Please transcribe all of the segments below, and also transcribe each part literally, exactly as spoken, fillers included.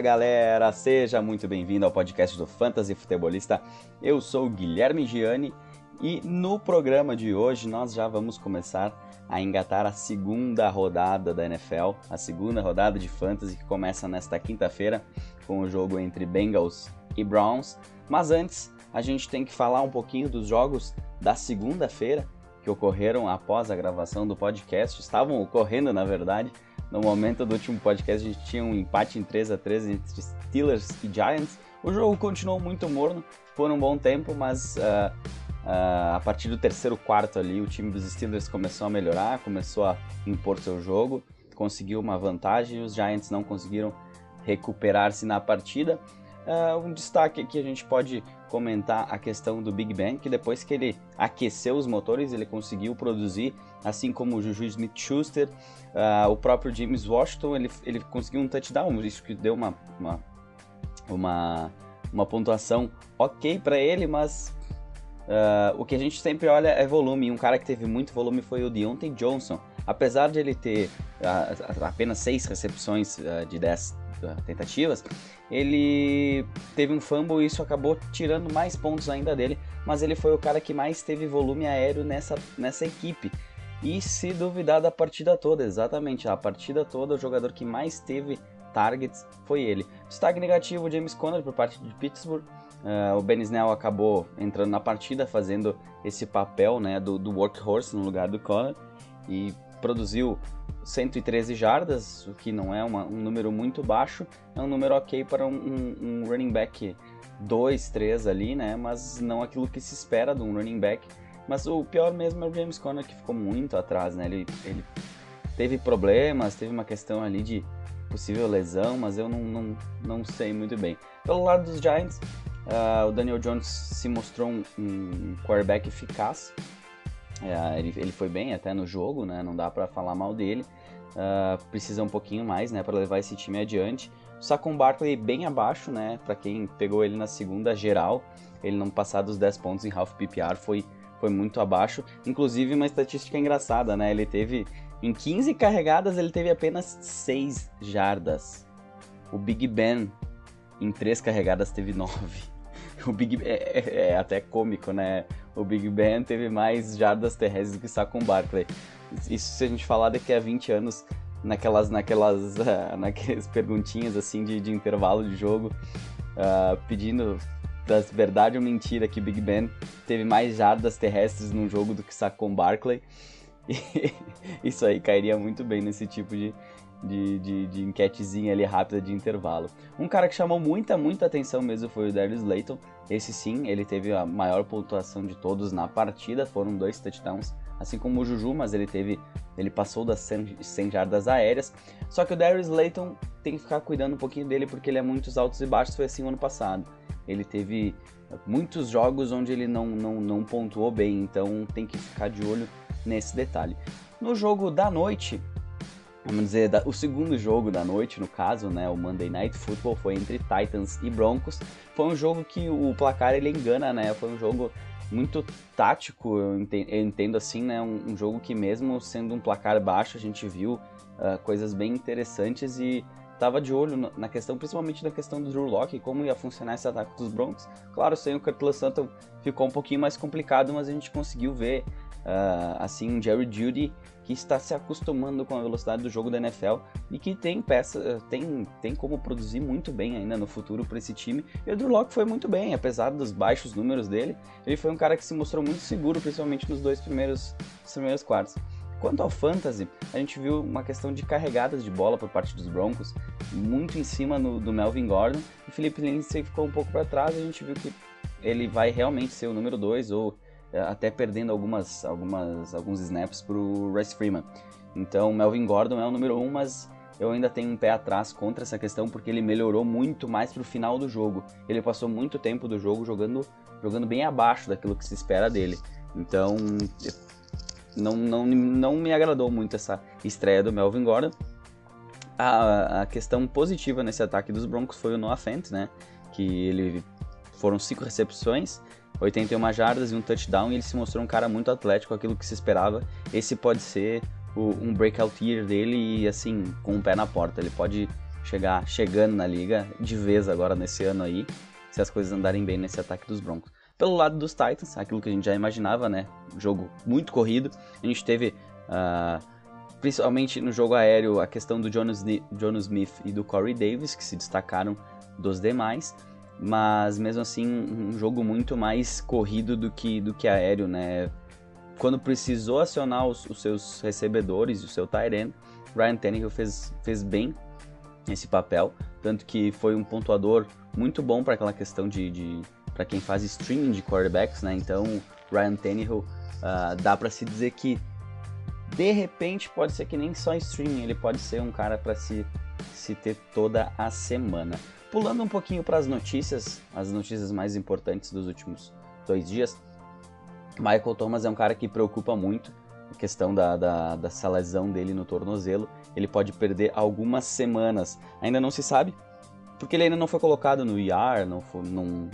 galera, seja muito bem-vindo ao podcast do Fantasy Futebolista. Eu sou o Guilherme Gianni e no programa de hoje nós já vamos começar a engatar a segunda rodada da N F L, a segunda rodada de Fantasy que começa nesta quinta-feira com o jogo entre Bengals e Browns. Mas antes, a gente tem que falar um pouquinho dos jogos da segunda-feira que ocorreram após a gravação do podcast, estavam ocorrendo na verdade. No momento do último podcast, a gente tinha um empate em três a três entre Steelers e Giants. O jogo continuou muito morno por um bom tempo, mas uh, uh, a partir do terceiro quarto ali, o time dos Steelers começou a melhorar, começou a impor seu jogo, conseguiu uma vantagem e os Giants não conseguiram recuperar-se na partida. Uh, um destaque aqui a gente pode comentar a questão do Big Ben, que depois que ele aqueceu os motores, ele conseguiu produzir, assim como o Juju Smith-Schuster, uh, o próprio James Washington, ele, ele conseguiu um touchdown, isso que deu uma, uma, uma, uma pontuação ok para ele, mas uh, o que a gente sempre olha é volume, e um cara que teve muito volume foi o Deontay Johnson. Apesar de ele ter uh, apenas seis recepções uh, de dez tentativas, ele teve um fumble e isso acabou tirando mais pontos ainda dele, mas ele foi o cara que mais teve volume aéreo nessa, nessa equipe. E se duvidar da partida toda, exatamente, a partida toda, o jogador que mais teve targets foi ele. Destaque negativo, James Conner por parte de Pittsburgh. Uh, o Ben Snell acabou entrando na partida, fazendo esse papel, né, do, do workhorse no lugar do Conner, e produziu cento e treze jardas, o que não é uma, um número muito baixo, é um número ok para um, um, um running back dois, três ali, né, mas não aquilo que se espera de um running back. Mas o pior mesmo é o James Conner, que ficou muito atrás, né, ele, ele teve problemas, teve uma questão ali de possível lesão, mas eu não, não, não sei muito bem. Pelo lado dos Giants, uh, o Daniel Jones se mostrou um, um quarterback eficaz. É, ele, ele foi bem até no jogo, né? Não dá para falar mal dele. Uh, precisa um pouquinho mais, né, para levar esse time adiante. O Saquon Barkley bem abaixo, né? Para quem pegou ele na segunda geral, ele não passar dos dez pontos em half P P R foi, foi muito abaixo. Inclusive uma estatística engraçada, né? Ele teve em quinze carregadas, ele teve apenas seis jardas. O Big Ben em três carregadas teve nove. O Big Ben é, é, é até cômico, né? O Big Ben teve mais jardas terrestres do que o Saquon Barkley. Isso se a gente falar daqui a vinte anos, naquelas, naquelas, uh, naquelas perguntinhas assim de, de intervalo de jogo, uh, pedindo das verdade ou mentira que Big Ben teve mais jardas terrestres num jogo do que Saquon Barkley. E isso aí cairia muito bem nesse tipo de, de, de, de enquetezinha ali rápida de intervalo. Um cara que chamou muita, muita atenção mesmo foi o Darius Slayton. Esse sim, ele teve a maior pontuação de todos na partida, foram dois touchdowns, assim como o Juju, mas ele teve, ele passou das cem jardas aéreas. Só que o Darius Slayton tem que ficar cuidando um pouquinho dele, porque ele é muitos altos e baixos, foi assim o ano passado. Ele teve muitos jogos onde ele não, não, não pontuou bem, então tem que ficar de olho nesse detalhe. No jogo da noite, vamos dizer, o segundo jogo da noite, no caso, né, o Monday Night Football, foi entre Titans e Broncos. Foi um jogo que o placar ele engana, né? Foi um jogo muito tático, eu entendo, eu entendo assim, né? Um, um jogo que mesmo sendo um placar baixo, a gente viu uh, coisas bem interessantes e estava de olho na questão, principalmente na questão do Drew Lock, como ia funcionar esse ataque dos Broncos. Claro, sem o Courtland Sutton ficou um pouquinho mais complicado, mas a gente conseguiu ver Uh, assim, um Jerry Jeudy que está se acostumando com a velocidade do jogo da N F L e que tem peça, tem, tem como produzir muito bem ainda no futuro para esse time. E o Drew Lock foi muito bem, apesar dos baixos números dele, ele foi um cara que se mostrou muito seguro, principalmente nos dois primeiros, primeiros quartos. Quanto ao Fantasy, a gente viu uma questão de carregadas de bola por parte dos Broncos, muito em cima no, do Melvin Gordon, e o Philip Lindsay ficou um pouco para trás, e a gente viu que ele vai realmente ser o número dois, ou até perdendo algumas, algumas, alguns snaps para o Royce Freeman. Então, Melvin Gordon é o número um, mas eu ainda tenho um pé atrás contra essa questão, porque ele melhorou muito mais para o final do jogo. Ele passou muito tempo do jogo jogando, jogando bem abaixo daquilo que se espera dele. Então, não, não, não me agradou muito essa estreia do Melvin Gordon. A, a questão positiva nesse ataque dos Broncos foi o Noah Fant, né? Que ele foram cinco recepções, oitenta e uma jardas e um touchdown, e ele se mostrou um cara muito atlético, aquilo que se esperava. Esse pode ser o, um breakout year dele e, assim, com o pé na porta. Ele pode chegar chegando na liga de vez agora nesse ano aí, se as coisas andarem bem nesse ataque dos Broncos. Pelo lado dos Titans, aquilo que a gente já imaginava, né? Jogo muito corrido. A gente teve, uh, principalmente no jogo aéreo, a questão do Jonas, Jonnu Smith e do Corey Davis, que se destacaram dos demais. Mas mesmo assim, um jogo muito mais corrido do que, do que aéreo, né? Quando precisou acionar os, os seus recebedores e o seu tight end, Ryan Tannehill fez, fez bem esse papel. Tanto que foi um pontuador muito bom para aquela questão de... de para quem faz streaming de quarterbacks, né? Então, Ryan Tannehill, uh, dá para se dizer que, de repente, pode ser que nem só streaming, ele pode ser um cara para se, se ter toda a semana. Pulando um pouquinho para as notícias, as notícias mais importantes dos últimos dois dias, Michael Thomas é um cara que preocupa muito a questão da, da, dessa lesão dele no tornozelo. Ele pode perder algumas semanas. Ainda não se sabe, porque ele ainda não foi colocado no I R, não foi... Não,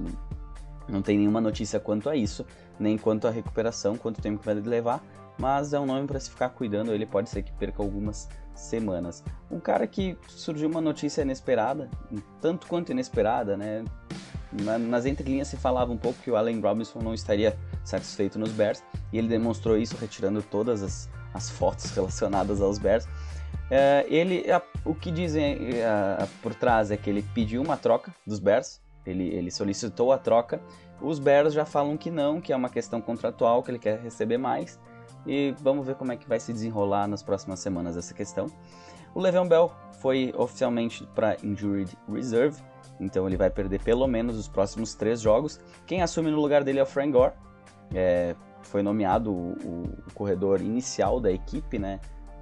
Não tem nenhuma notícia quanto a isso, nem quanto à recuperação, quanto tempo que vai levar, mas é um nome para se ficar cuidando, ele pode ser que perca algumas semanas. Um cara que surgiu uma notícia inesperada, tanto quanto inesperada, né? Nas entrelinhas se falava um pouco que o Allen Robinson não estaria satisfeito nos Bears, e ele demonstrou isso retirando todas as, as fotos relacionadas aos Bears. É, ele, a, o que dizem a, a, por trás é que ele pediu uma troca dos Bears. Ele, ele solicitou a troca, os Bears já falam que não, que é uma questão contratual, que ele quer receber mais, e vamos ver como é que vai se desenrolar nas próximas semanas essa questão. O Le'Veon Bell foi oficialmente para Injured Reserve, então ele vai perder pelo menos os próximos três jogos. Quem assume no lugar dele é o Frank Gore, é, foi nomeado o, o corredor inicial da equipe, né?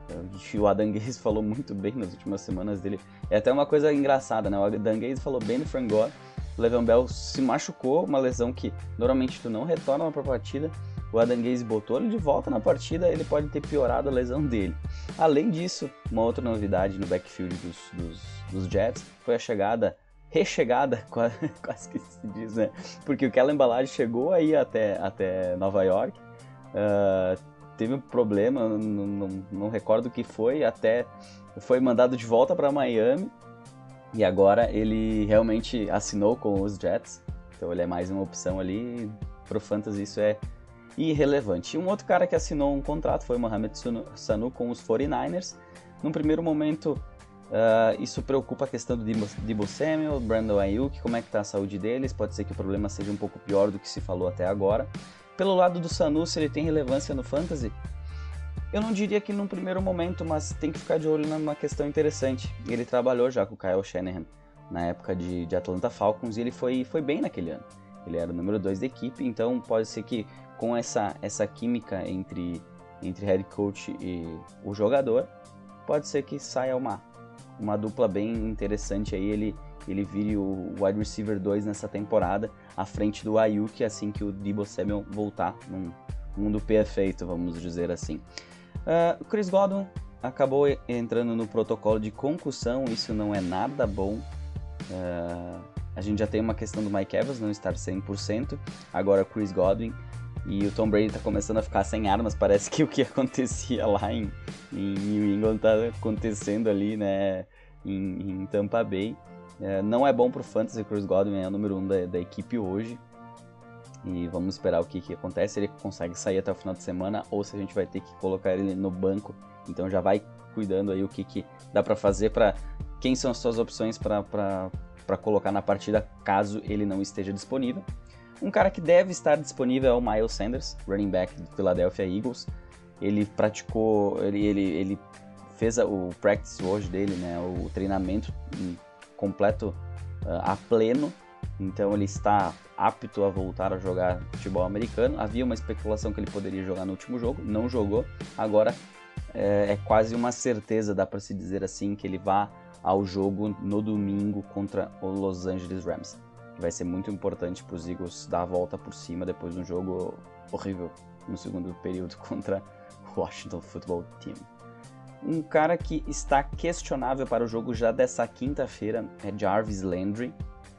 O Adam Gase falou muito bem nas últimas semanas dele, é até uma coisa engraçada, né? O Adam Gase falou bem do Frank Gore. O Le'Veon Bell se machucou, uma lesão que normalmente tu não retorna para a partida. O Adam Gase botou ele de volta na partida, ele pode ter piorado a lesão dele. Além disso, uma outra novidade no backfield dos, dos, dos Jets foi a chegada, rechegada, quase, quase que se diz, né? Porque o Kellen Ballage chegou aí até, até Nova York, uh, teve um problema, não, não, não recordo o que foi, até foi mandado de volta para Miami. E agora ele realmente assinou com os Jets, então ele é mais uma opção ali, pro Fantasy isso é irrelevante. E um outro cara que assinou um contrato foi o Mohamed Sanu com os forty-niners. Num primeiro momento, uh, isso preocupa a questão do Deebo Samuel, Brandon Ayuk, como é que tá a saúde deles, pode ser que o problema seja um pouco pior do que se falou até agora. Pelo lado do Sanu, se ele tem relevância no Fantasy, eu não diria que num primeiro momento, mas tem que ficar de olho numa questão interessante. Ele trabalhou já com o Kyle Shanahan na época de, de Atlanta Falcons e ele foi, foi bem naquele ano. Ele era o número dois da equipe, então pode ser que com essa, essa química entre, entre head coach e o jogador, pode ser que saia uma, uma dupla bem interessante aí. Ele, ele vire o wide receiver dois nessa temporada, à frente do Ayuk, assim que o Deebo Samuel voltar num mundo perfeito, vamos dizer assim. Uh, o Chris Godwin acabou entrando no protocolo de concussão, isso não é nada bom. Uh, a gente já tem uma questão do Mike Evans não estar cem por cento, agora o Chris Godwin, e o Tom Brady está começando a ficar sem armas. Parece que o que acontecia lá em, em New England está acontecendo ali, né, em, em Tampa Bay. Uh, não é bom para o Fantasy. O Chris Godwin é o número um da, da equipe hoje. E vamos esperar o que, que acontece, se ele consegue sair até o final de semana ou se a gente vai ter que colocar ele no banco. Então já vai cuidando aí o que, que dá para fazer, para quem são as suas opções para colocar na partida caso ele não esteja disponível. Um cara que deve estar disponível é o Miles Sanders, running back do Philadelphia Eagles. Ele praticou, ele, ele, ele fez o practice hoje dele, né, o treinamento completo uh, a pleno. Então ele está apto a voltar a jogar futebol americano. Havia uma especulação que ele poderia jogar no último jogo, não jogou. Agora é, é quase uma certeza, dá para se dizer assim, que ele vá ao jogo no domingo contra o Los Angeles Rams. Vai ser muito importante para os Eagles dar a volta por cima depois de um jogo horrível no segundo período contra o Washington Football Team. Um cara que está questionável para o jogo já dessa quinta-feira é Jarvis Landry.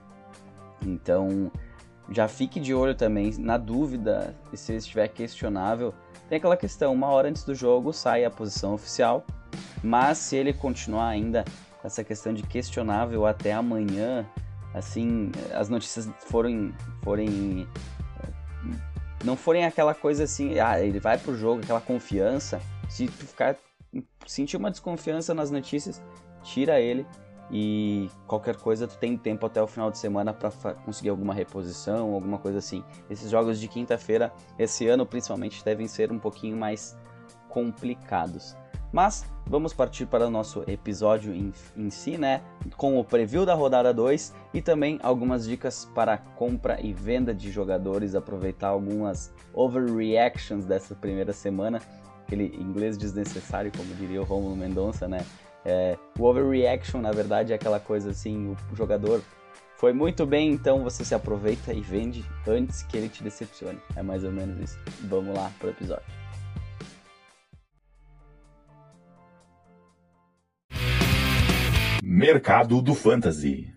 Então, já fique de olho também, na dúvida, se estiver questionável, tem aquela questão, uma hora antes do jogo sai a posição oficial, mas se ele continuar ainda com essa questão de questionável até amanhã, assim, as notícias forem, forem não forem aquela coisa assim, ah, ele vai pro jogo, aquela confiança, se tu ficar, sentir uma desconfiança nas notícias, tira ele e qualquer coisa tu tem tempo até o final de semana para conseguir alguma reposição, alguma coisa assim. Esses jogos de quinta-feira, esse ano principalmente, devem ser um pouquinho mais complicados. Mas vamos partir para o nosso episódio em, em si, né? Com o preview da rodada dois e também algumas dicas para compra e venda de jogadores, aproveitar algumas overreactions dessa primeira semana, aquele inglês desnecessário, como diria o Rômulo Mendonça, né? É, o overreaction, na verdade, é aquela coisa assim, o jogador foi muito bem, então você se aproveita e vende antes que ele te decepcione. É mais ou menos isso. Vamos lá para o episódio. Mercado do Fantasy.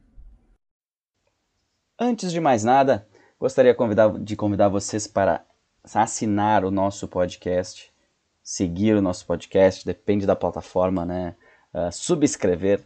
Antes de mais nada, gostaria de convidar, de convidar vocês para assinar o nosso podcast, seguir o nosso podcast, depende da plataforma, né? Uh, subscrever.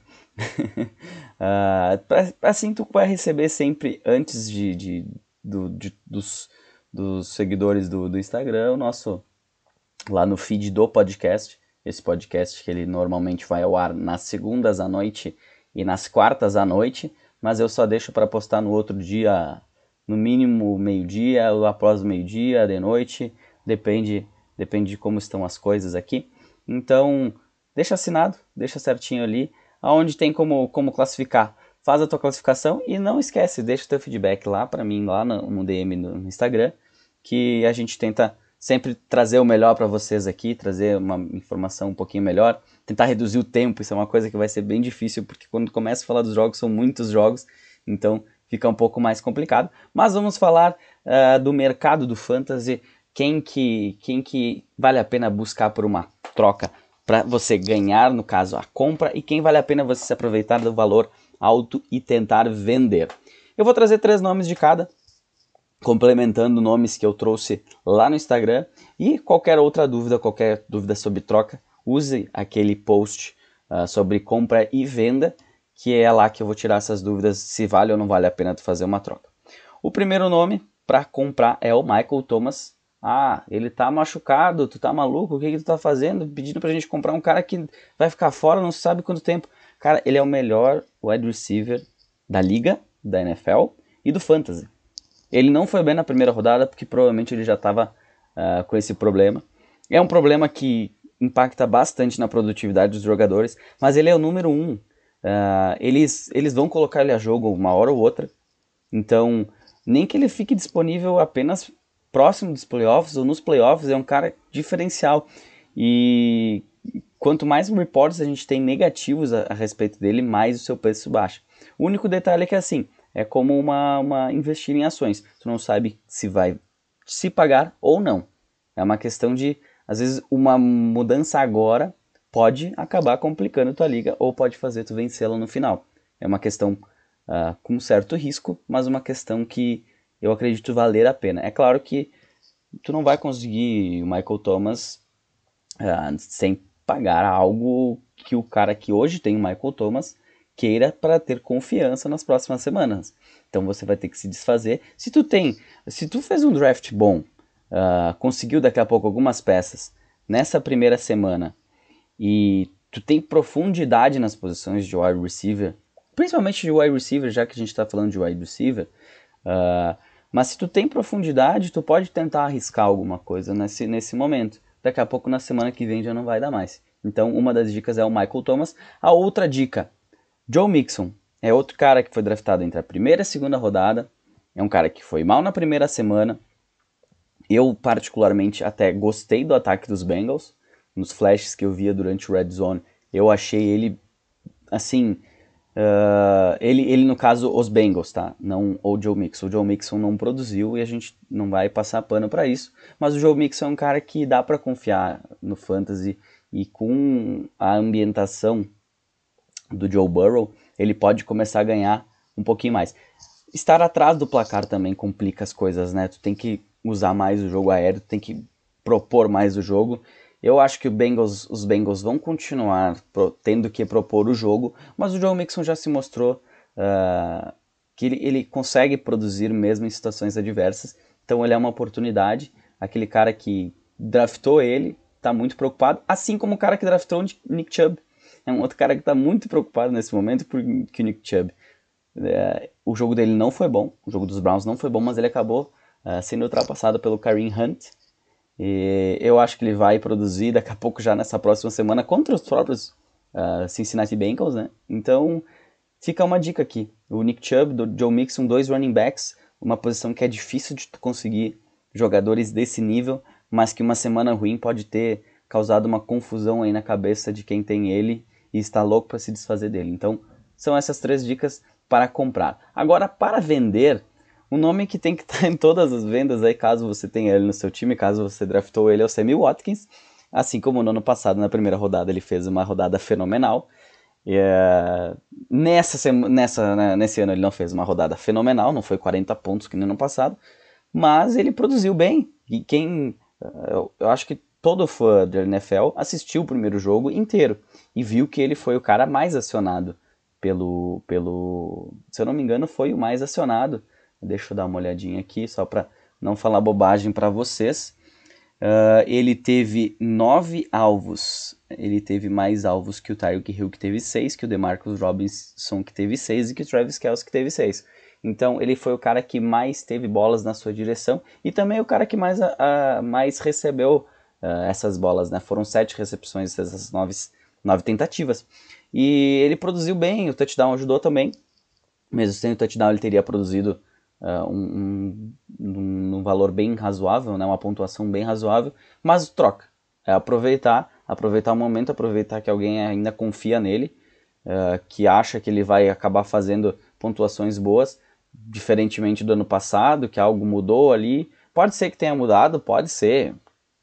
uh, pra, assim tu vai receber sempre, antes de, de, do, de dos, dos seguidores do, do Instagram, o nosso, lá no feed do podcast. Esse podcast que ele normalmente vai ao ar nas segundas à noite e nas quartas à noite, mas eu só deixo para postar no outro dia, no mínimo meio-dia, ou após o meio-dia, de noite, depende, depende de como estão as coisas aqui. Então, deixa assinado, deixa certinho ali, aonde tem como, como classificar. Faz a tua classificação e não esquece, deixa o teu feedback lá para mim, lá no, no D M no Instagram, que a gente tenta sempre trazer o melhor para vocês aqui, trazer uma informação um pouquinho melhor, tentar reduzir o tempo, isso é uma coisa que vai ser bem difícil, porque quando começa a falar dos jogos, são muitos jogos, então fica um pouco mais complicado. Mas vamos falar uh, do mercado do Fantasy, quem que, quem que vale a pena buscar por uma troca para você ganhar, no caso, a compra, e quem vale a pena você se aproveitar do valor alto e tentar vender. Eu vou trazer três nomes de cada, complementando nomes que eu trouxe lá no Instagram, e qualquer outra dúvida, qualquer dúvida sobre troca, use aquele post uh, sobre compra e venda, que é lá que eu vou tirar essas dúvidas, se vale ou não vale a pena tu fazer uma troca. O primeiro nome para comprar é o Michael Thomas. Ah, ele tá machucado, tu tá maluco, o que que tu tá fazendo? Pedindo pra gente comprar um cara que vai ficar fora não sabe quanto tempo. Cara, ele é o melhor wide receiver da liga, da N F L e do Fantasy. Ele não foi bem na primeira rodada, porque provavelmente ele já estava uh, com esse problema. É um problema que impacta bastante na produtividade dos jogadores, mas ele é o número um. Uh, eles, eles vão colocar ele a jogo uma hora ou outra, então nem que ele fique disponível apenas próximo dos playoffs ou nos playoffs, é um cara diferencial. E quanto mais reports a gente tem negativos a, a respeito dele, mais o seu preço baixa. O único detalhe é que assim, é como uma, uma investir em ações. Tu não sabe se vai se pagar ou não. É uma questão de, às vezes, uma mudança agora pode acabar complicando tua liga ou pode fazer tu vencê-la no final. É uma questão uh, com certo risco, mas uma questão que eu acredito valer a pena. É claro que tu não vai conseguir o Michael Thomas uh, sem pagar algo que o cara que hoje tem o Michael Thomas queira para ter confiança nas próximas semanas. Então você vai ter que se desfazer. Se tu tem, se tu fez um draft bom, uh, conseguiu daqui a pouco algumas peças nessa primeira semana e tu tem profundidade nas posições de wide receiver, principalmente de wide receiver, já que a gente está falando de wide receiver, uh, mas se tu tem profundidade, tu pode tentar arriscar alguma coisa nesse, nesse momento. Daqui a pouco na semana que vem já não vai dar mais. Então uma das dicas é o Michael Thomas. A outra dica, Joe Mixon, é outro cara que foi draftado entre a primeira e a segunda rodada, é um cara que foi mal na primeira semana. Eu particularmente até gostei do ataque dos Bengals, nos flashes que eu via durante o Red Zone, eu achei ele, assim, uh, ele, ele no caso os Bengals, tá? Não o Joe Mixon, o Joe Mixon não produziu e a gente não vai passar pano para isso, mas o Joe Mixon é um cara que dá para confiar no Fantasy e com a ambientação do Joe Burrow, ele pode começar a ganhar um pouquinho mais. Estar atrás do placar também complica as coisas, né? Tu tem que usar mais o jogo aéreo, tu tem que propor mais o jogo. Eu acho que o Bengals, os Bengals vão continuar pro, tendo que propor o jogo, mas o Joe Mixon já se mostrou uh, que ele, ele consegue produzir mesmo em situações adversas, então ele é uma oportunidade. Aquele cara que draftou ele está muito preocupado, assim como o cara que draftou o Nick Chubb. É um outro cara que está muito preocupado nesse momento porque o Nick Chubb. É, o jogo dele não foi bom, o jogo dos Browns não foi bom, mas ele acabou uh, sendo ultrapassado pelo Kareem Hunt. E eu acho que ele vai produzir daqui a pouco, já nessa próxima semana, contra os próprios uh, Cincinnati Bengals, né? Então, fica uma dica aqui. O Nick Chubb, do Joe Mixon, dois running backs, uma posição que é difícil de conseguir jogadores desse nível, mas que uma semana ruim pode ter causado uma confusão aí na cabeça de quem tem ele e está louco para se desfazer dele. Então, são essas três dicas para comprar. Agora, para vender, o nome que tem que estar em todas as vendas aí, caso você tenha ele no seu time, caso você draftou ele, é o Sammy Watkins. Assim como no ano passado, na primeira rodada, ele fez uma rodada fenomenal. E, uh, nessa, nessa, né, nesse ano ele não fez uma rodada fenomenal, não foi quarenta pontos que no ano passado, mas ele produziu bem. E quem, uh, eu acho que todo fã da N F L assistiu o primeiro jogo inteiro e viu que ele foi o cara mais acionado pelo, pelo, se eu não me engano, foi o mais acionado. Deixa eu dar uma olhadinha aqui, só para não falar bobagem para vocês. Uh, ele teve nove alvos. Ele teve mais alvos que o Tyreek Hill, que teve seis, que o DeMarcus Robinson, que teve seis, e que o Travis Kelce, que teve seis. Então, ele foi o cara que mais teve bolas na sua direção e também o cara que mais, uh, mais recebeu uh, essas bolas, né? Foram sete recepções dessas nove, nove tentativas. E ele produziu bem, o touchdown ajudou também. Mesmo sem o touchdown, ele teria produzido Uh, um, um, um valor bem razoável, né, uma pontuação bem razoável, mas troca. É aproveitar, aproveitar o momento, aproveitar que alguém ainda confia nele, uh, que acha que ele vai acabar fazendo pontuações boas, diferentemente do ano passado, que algo mudou ali. Pode ser que tenha mudado, pode ser,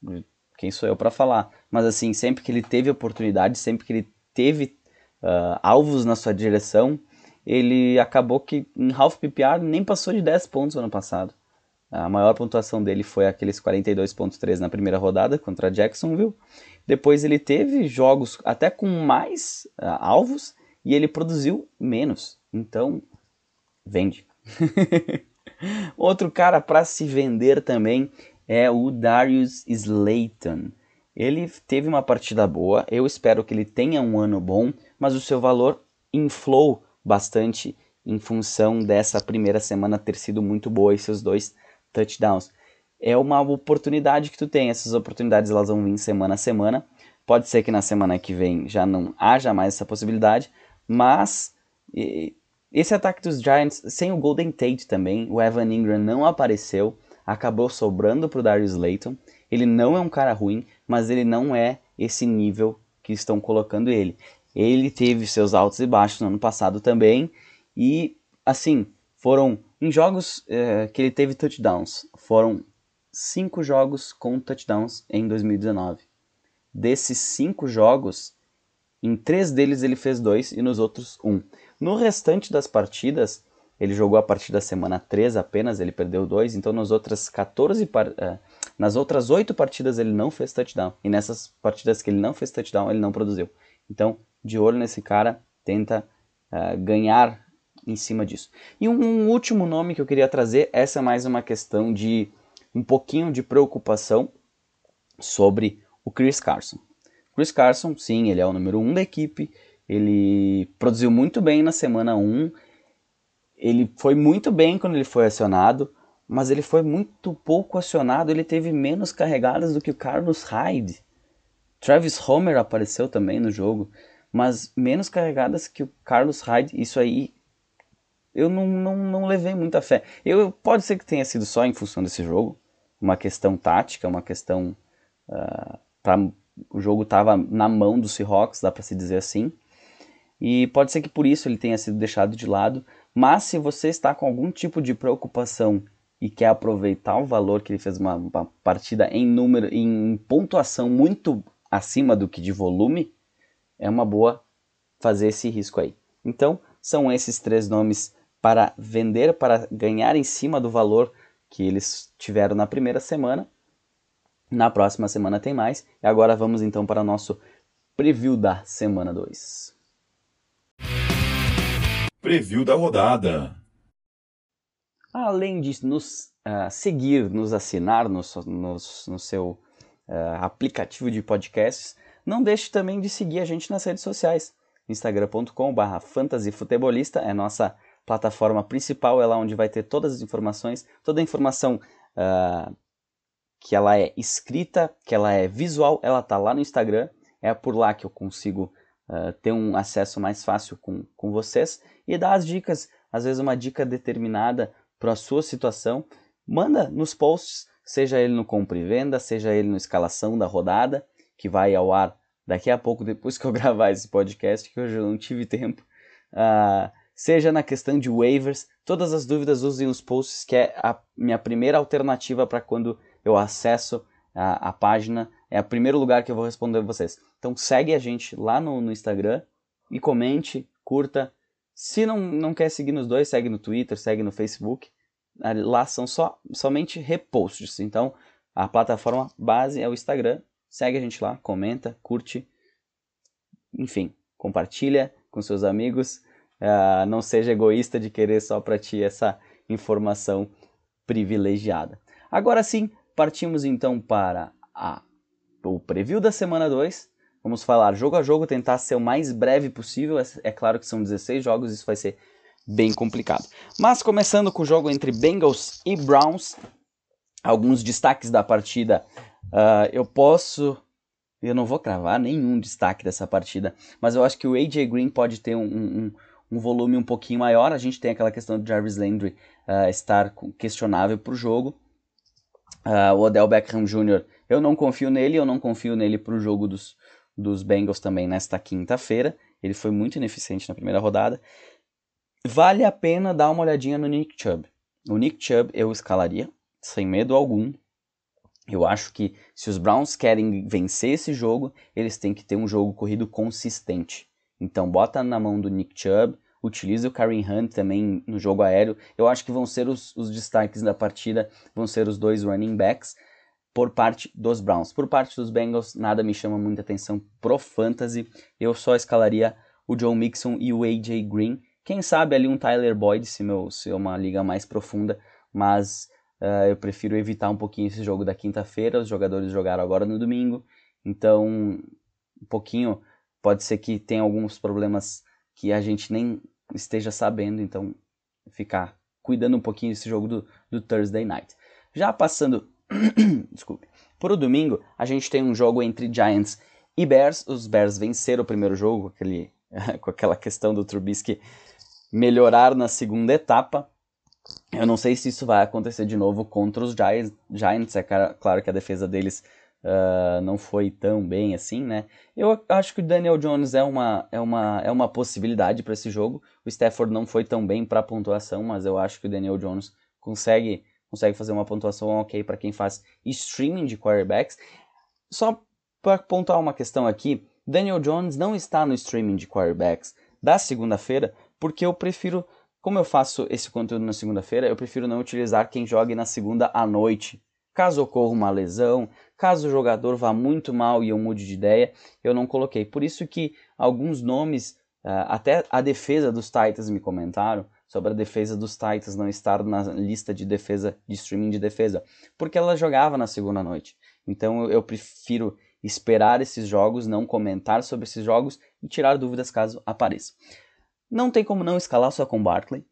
quem sou eu para falar, mas assim, sempre que ele teve oportunidade, sempre que ele teve uh, alvos na sua direção, ele acabou que em half P P R nem passou de dez pontos no ano passado. A maior pontuação dele foi aqueles quarenta e dois ponto três na primeira rodada contra Jacksonville. Depois ele teve jogos até com mais uh, alvos e ele produziu menos. Então, vende. Outro cara para se vender também é o Darius Slayton. Ele teve uma partida boa, eu espero que ele tenha um ano bom, mas o seu valor inflou bastante em função dessa primeira semana ter sido muito boa e seus dois touchdowns. É uma oportunidade que tu tem, essas oportunidades elas vão vir semana a semana. Pode ser que na semana que vem já não haja mais essa possibilidade, mas e, esse ataque dos Giants, sem o Golden Tate também, o Evan Ingram não apareceu, acabou sobrando para o Darius Slayton. Ele não é um cara ruim, mas ele não é esse nível que estão colocando ele. Ele teve seus altos e baixos no ano passado também, e assim, foram em jogos é, que ele teve touchdowns, foram cinco jogos com touchdowns em dois mil e dezenove. Desses cinco jogos, em três deles ele fez dois e nos outros um. No restante das partidas, ele jogou a partir da semana três apenas, ele perdeu dois, então nas outras catorze par... nas outras oito partidas ele não fez touchdown, e nessas partidas que ele não fez touchdown, ele não produziu. Então, de olho nesse cara, tenta uh, ganhar em cima disso. E um, um último nome que eu queria trazer, essa é mais uma questão de um pouquinho de preocupação sobre o Chris Carson. Chris Carson, sim, ele é o número um da equipe, ele produziu muito bem na semana um, ele foi muito bem quando ele foi acionado, mas ele foi muito pouco acionado, ele teve menos carregadas do que o Carlos Hyde. Travis Homer apareceu também no jogo, mas menos carregadas que o Carlos Hyde. Isso aí eu não, não, não levei muita fé. Eu, pode ser que tenha sido só em função desse jogo, uma questão tática, uma questão uh, pra, o jogo estava na mão do Seahawks, dá para se dizer assim, e pode ser que por isso ele tenha sido deixado de lado. Mas se você está com algum tipo de preocupação e quer aproveitar o valor que ele fez uma, uma partida em número, em pontuação muito acima do que de volume, é uma boa fazer esse risco aí. Então, são esses três nomes para vender, para ganhar em cima do valor que eles tiveram na primeira semana. Na próxima semana tem mais. E agora vamos então para o nosso preview da semana dois. Preview da rodada. Além de nos uh, seguir, nos assinar no, no, no seu uh, aplicativo de podcasts, não deixe também de seguir a gente nas redes sociais. instagram ponto com barra fantasyfutebolista é a nossa plataforma principal, é lá onde vai ter todas as informações, toda a informação uh, que ela é escrita, que ela é visual, ela está lá no Instagram, é por lá que eu consigo uh, ter um acesso mais fácil com, com vocês e dar as dicas, às vezes uma dica determinada para a sua situação, manda nos posts, seja ele no compra e venda, seja ele no escalação da rodada, que vai ao ar daqui a pouco, depois que eu gravar esse podcast, que hoje eu não tive tempo, uh, seja na questão de waivers, todas as dúvidas usem os posts, que é a minha primeira alternativa para quando eu acesso a, a página, é o primeiro lugar que eu vou responder vocês. Então segue a gente lá no, no Instagram e comente, curta. Se não, não quer seguir nos dois, segue no Twitter, segue no Facebook. Lá são só, somente reposts. Então a plataforma base é o Instagram. Segue a gente lá, comenta, curte. Enfim, compartilha com seus amigos. Uh, não seja egoísta de querer só para ti essa informação privilegiada. Agora sim, partimos então para a, o preview da semana dois. Vamos falar jogo a jogo, tentar ser o mais breve possível. É, é claro que são dezesseis jogos, isso vai ser bem complicado. Mas começando com o jogo entre Bengals e Browns, alguns destaques da partida. Uh, eu posso... Eu não vou cravar nenhum destaque dessa partida, mas eu acho que o A J Green pode ter um, um, um volume um pouquinho maior. A gente tem aquela questão de Jarvis Landry uh, estar questionável para o jogo. Uh, o Odell Beckham Júnior, eu não confio nele, eu não confio nele para o jogo dos, dos Bengals também nesta quinta-feira. Ele foi muito ineficiente na primeira rodada. Vale a pena dar uma olhadinha no Nick Chubb. O Nick Chubb eu escalaria, sem medo algum. Eu acho que se os Browns querem vencer esse jogo, eles têm que ter um jogo corrido consistente. Então bota na mão do Nick Chubb, utiliza o Kareem Hunt também no jogo aéreo. Eu acho que vão ser os, os destaques da partida, vão ser os dois running backs por parte dos Browns. Por parte dos Bengals, nada me chama muita atenção pro fantasy. Eu só escalaria o Joe Mixon e o A J Green. Quem sabe ali um Tyler Boyd, se, meu, se é uma liga mais profunda, mas... Uh, eu prefiro evitar um pouquinho esse jogo da quinta-feira. Os jogadores jogaram agora no domingo, então um pouquinho pode ser que tenha alguns problemas que a gente nem esteja sabendo, então ficar cuidando um pouquinho desse jogo do, do Thursday Night. Já passando desculpe, para o domingo, a gente tem um jogo entre Giants e Bears. Os Bears venceram o primeiro jogo, aquele, com aquela questão do Trubisky melhorar na segunda etapa. Eu não sei se isso vai acontecer de novo contra os Giants. Giants é claro que a defesa deles uh, não foi tão bem assim, né? Eu acho que o Daniel Jones é uma, é uma, é uma possibilidade para esse jogo. O Stafford não foi tão bem para a pontuação, mas eu acho que o Daniel Jones consegue, consegue fazer uma pontuação ok para quem faz streaming de quarterbacks. Só para pontuar uma questão aqui, Daniel Jones não está no streaming de quarterbacks da segunda-feira, porque eu prefiro... Como eu faço esse conteúdo na segunda-feira, eu prefiro não utilizar quem jogue na segunda à noite. Caso ocorra uma lesão, caso o jogador vá muito mal e eu mude de ideia, eu não coloquei. Por isso que alguns nomes, até a defesa dos Titans me comentaram sobre a defesa dos Titans não estar na lista de defesa, de streaming de defesa, porque ela jogava na segunda à noite. Então eu prefiro esperar esses jogos, não comentar sobre esses jogos e tirar dúvidas caso apareçam. Não tem como não escalar só com Barkley.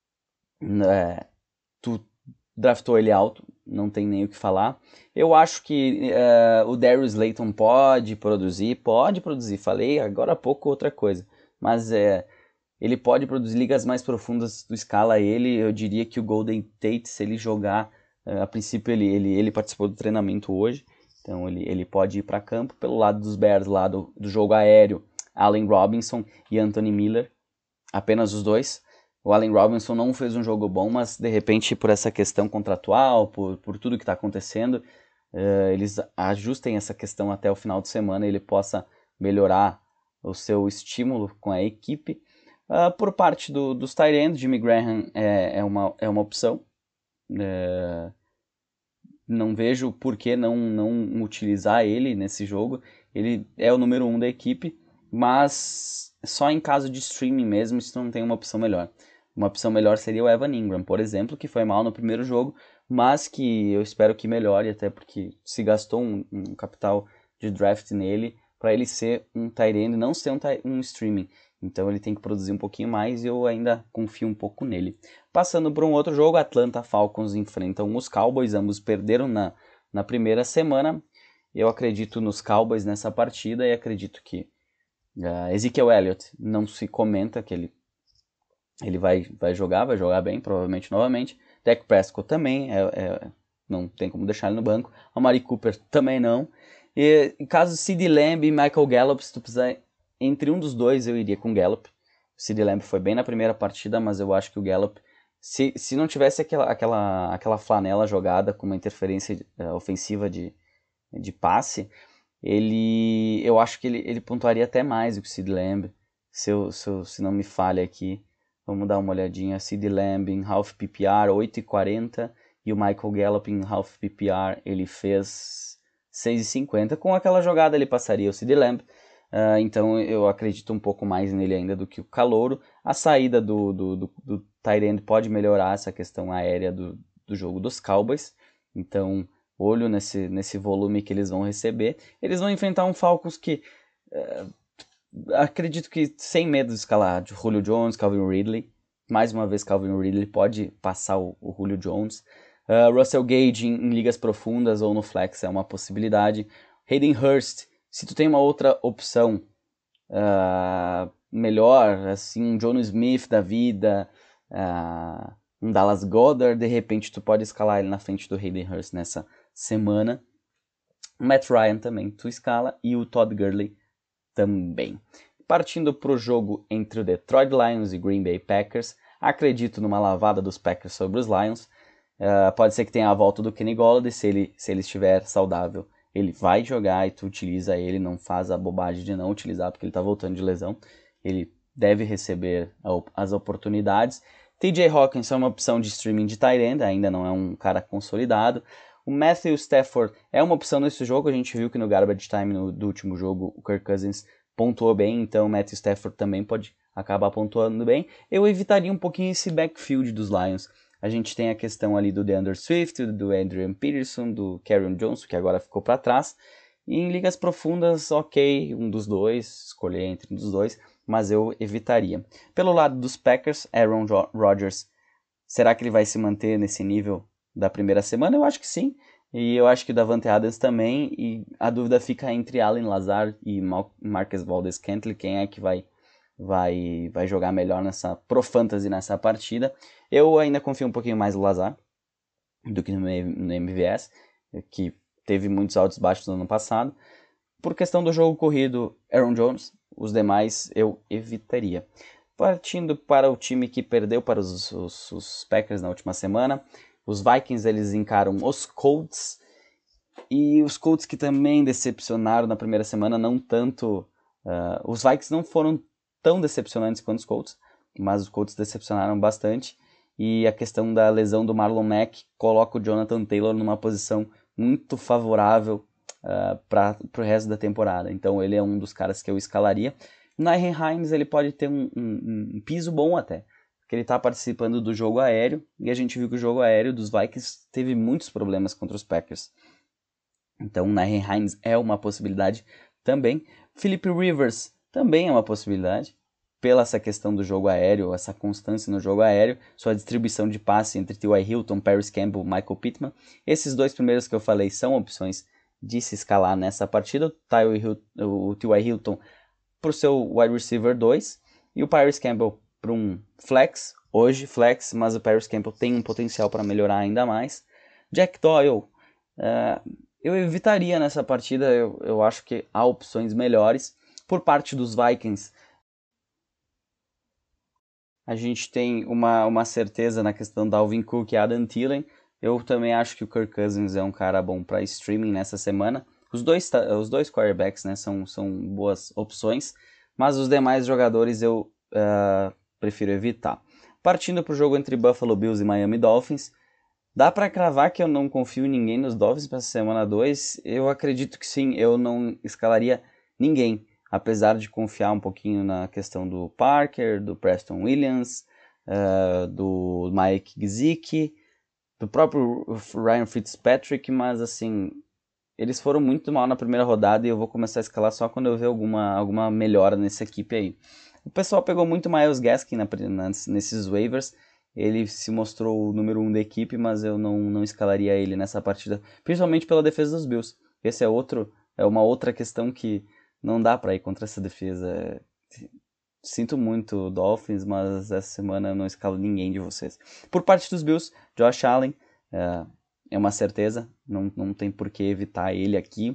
É, tu draftou ele alto, não tem nem o que falar. Eu acho que é, o Darius Slayton pode produzir, pode produzir. Falei agora há pouco outra coisa. Mas é, ele pode produzir ligas mais profundas, tu escala ele. Eu diria que o Golden Tate, se ele jogar, é, a princípio ele, ele, ele participou do treinamento hoje. Então ele, ele pode ir para campo. Pelo lado dos Bears, lado do jogo aéreo, Allen Robinson e Anthony Miller. Apenas os dois. O Allen Robinson não fez um jogo bom, mas de repente por essa questão contratual, por, por tudo que está acontecendo, uh, eles ajustem essa questão até o final de semana e ele possa melhorar o seu estímulo com a equipe. Uh, por parte do, dos tight ends, Jimmy Graham é, é, uma, é uma opção. Uh, não vejo por que não, não utilizar ele nesse jogo. Ele é o número um da equipe, mas só em caso de streaming mesmo, se não tem uma opção melhor. Uma opção melhor seria o Evan Ingram, por exemplo, que foi mal no primeiro jogo, mas que eu espero que melhore, até porque se gastou um, um capital de draft nele para ele ser um tight end, não ser um, um streaming. Então ele tem que produzir um pouquinho mais e eu ainda confio um pouco nele. Passando para um outro jogo, Atlanta Falcons enfrentam os Cowboys, ambos perderam na, na primeira semana. Eu acredito nos Cowboys nessa partida e acredito que uh, Ezekiel Elliott não se comenta que ele, ele vai, vai jogar, vai jogar bem, provavelmente novamente. Dak Prescott também, é, é, não tem como deixar ele no banco. Amari Cooper também não. E em caso CeeDee Lamb e Michael Gallup, se tu precisar entre um dos dois, eu iria com Gallup. O CeeDee Lamb foi bem na primeira partida, mas eu acho que o Gallup, se, se não tivesse aquela, aquela, aquela flanela jogada com uma interferência uh, ofensiva de, de passe, ele, eu acho que ele, ele pontuaria até mais do que o CeeDee Lamb, se, eu, se, eu, se não me falha aqui. Vamos dar uma olhadinha. CeeDee Lamb em half P P R, oito e quarenta, e o Michael Gallup em half P P R, ele fez seis e cinquenta. Com aquela jogada ele passaria o CeeDee Lamb. Uh, então eu acredito um pouco mais nele ainda do que o calouro. A saída do, do, do, do tight end pode melhorar essa questão aérea do, do jogo dos Cowboys. Então, olho nesse, nesse volume que eles vão receber. Eles vão enfrentar um Falcons que uh, acredito que sem medo de escalar de Julio Jones, Calvin Ridley. Mais uma vez Calvin Ridley pode passar o, o Julio Jones. Uh, Russell Gage em, em ligas profundas ou no flex é uma possibilidade. Hayden Hurst, se tu tem uma outra opção uh, melhor, assim, um Jonnu Smith da vida, uh, um Dallas Goedert, de repente tu pode escalar ele na frente do Hayden Hurst nessa semana. O Matt Ryan também tu escala e o Todd Gurley também. Partindo para o jogo entre o Detroit Lions e Green Bay Packers, acredito numa lavada dos Packers sobre os Lions. Uh, pode ser que tenha a volta do Kenny Golladay, se ele, se ele estiver saudável. Ele vai jogar e tu utiliza ele, não faz a bobagem de não utilizar porque ele está voltando de lesão. Ele deve receber as oportunidades. T J Hawkins é uma opção de streaming de tight end, ainda não é um cara consolidado. O Matthew Stafford é uma opção nesse jogo, a gente viu que no Garbage Time no, do último jogo o Kirk Cousins pontuou bem, então o Matthew Stafford também pode acabar pontuando bem. Eu evitaria um pouquinho esse backfield dos Lions. A gente tem a questão ali do DeAndre Swift, do Adrian Peterson, do Kerryon Johnson, que agora ficou para trás. E em ligas profundas, ok, um dos dois, escolher entre um dos dois, mas eu evitaria. Pelo lado dos Packers, Aaron Rodgers, será que ele vai se manter nesse nível da primeira semana? Eu acho que sim. E eu acho que o Davante Adams também. E a dúvida fica entre Allen Lazard e Marquez Valdes-Scantling, quem é que vai... Vai, vai jogar melhor nessa Pro Fantasy nessa partida. Eu ainda confio um pouquinho mais no Lazar do que no, no M V S, que teve muitos altos e baixos no ano passado. Por questão do jogo corrido, Aaron Jones, os demais eu evitaria. Partindo para o time que perdeu para os, os, os Packers na última semana, os Vikings eles encaram os Colts, e os Colts que também decepcionaram na primeira semana, não tanto... Uh, os Vikings não foram tão decepcionantes quanto os Colts, mas os Colts decepcionaram bastante, e a questão da lesão do Marlon Mack coloca o Jonathan Taylor numa posição muito favorável uh, para o resto da temporada, então ele é um dos caras que eu escalaria. O Nyheim Hines ele pode ter um, um, um piso bom até, porque ele está participando do jogo aéreo, e a gente viu que o jogo aéreo dos Vikings teve muitos problemas contra os Packers, então o Nyheim Hines é uma possibilidade também. Philip Rivers também é uma possibilidade, pela essa questão do jogo aéreo, essa constância no jogo aéreo, sua distribuição de passe entre T Y. Hilton, Paris Campbell, Michael Pittman. Esses dois primeiros que eu falei são opções de se escalar nessa partida. O T Y. Hilton para o seu wide receiver dois e o Paris Campbell para um flex, hoje flex, mas o Paris Campbell tem um potencial para melhorar ainda mais. Jack Doyle, uh, eu evitaria nessa partida, eu, eu acho que há opções melhores. Por parte dos Vikings, a gente tem uma, uma certeza na questão da Dalvin Cook e Adam Thielen. Eu também acho que o Kirk Cousins é um cara bom para streaming nessa semana. Os dois, os dois quarterbacks, né, são, são boas opções, mas os demais jogadores eu uh, prefiro evitar. Partindo para o jogo entre Buffalo Bills e Miami Dolphins, Dá pra cravar que eu não confio em ninguém nos Dolphins para semana dois? Eu acredito que sim, eu não escalaria ninguém, apesar de confiar um pouquinho na questão do Parker, do Preston Williams, uh, do Mike Gesicki, do próprio Ryan Fitzpatrick, mas assim, eles foram muito mal na primeira rodada e eu vou começar a escalar só quando eu ver alguma, alguma melhora nessa equipe aí. O pessoal pegou muito Myles Gaskin na, na, nesses waivers. Ele se mostrou o número um da equipe, mas eu não, não escalaria ele nessa partida, principalmente pela defesa dos Bills. Esse é outro, é uma outra questão que não dá para ir contra essa defesa. Sinto muito, Dolphins, mas essa semana eu não escalo ninguém de vocês. Por parte dos Bills, Josh Allen é, é uma certeza, não, não tem por que evitar ele aqui.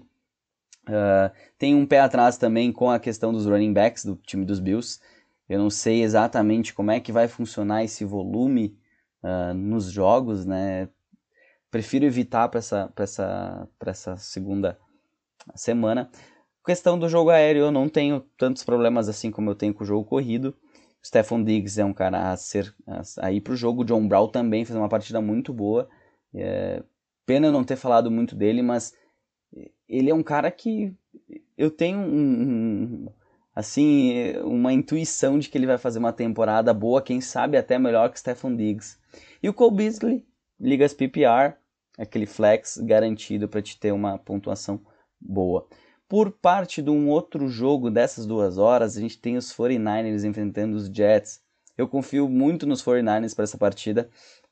Uh, tem um pé atrás também com a questão dos running backs do time dos Bills. Eu não sei exatamente como é que vai funcionar esse volume uh, nos jogos, né? Prefiro evitar para essa, pra essa, pra essa segunda semana. Questão do jogo aéreo, eu não tenho tantos problemas assim como eu tenho com o jogo corrido. O Stephon Diggs é um cara a, ser, a, a ir para o jogo. O John Brown também fez uma partida muito boa. É, pena eu não ter falado muito dele, mas ele é um cara que eu tenho um, um, assim, uma intuição de que ele vai fazer uma temporada boa, quem sabe até melhor que Stephon Diggs. E o Cole Beasley, ligas P P R, aquele flex garantido para te ter uma pontuação boa. Por parte de um outro jogo dessas duas horas, a gente tem os quarenta e nine ers enfrentando os Jets. Eu confio muito nos quarenta e nine ers para essa partida,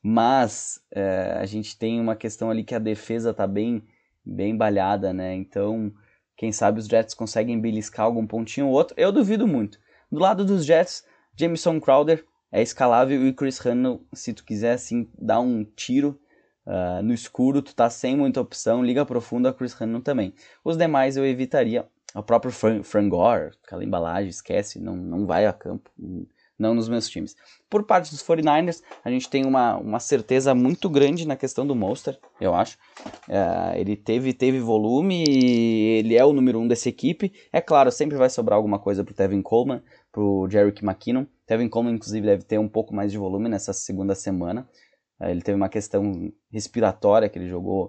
mas é, a gente tem uma questão ali que a defesa está bem, bem balhada, né? Então, quem sabe os Jets conseguem beliscar algum pontinho ou outro. Eu duvido muito. Do lado dos Jets, Jamison Crowder é escalável e Chris Hanna, se tu quiser assim, dar um tiro uh, no escuro, tu tá sem muita opção, liga profunda, Chris Hanna também. Os demais eu evitaria. O próprio Fran, Fran Gore, aquela embalagem, esquece, não, não vai a campo. Não nos meus times. Por parte dos quarenta e nine ers, a gente tem uma, uma certeza muito grande na questão do Mostert, eu acho. É, ele teve, teve volume e ele é o número um dessa equipe. É claro, sempre vai sobrar alguma coisa pro Tevin Coleman, pro Jerick McKinnon. Tevin Coleman, inclusive, deve ter um pouco mais de volume nessa segunda semana. É, ele teve uma questão respiratória, que ele jogou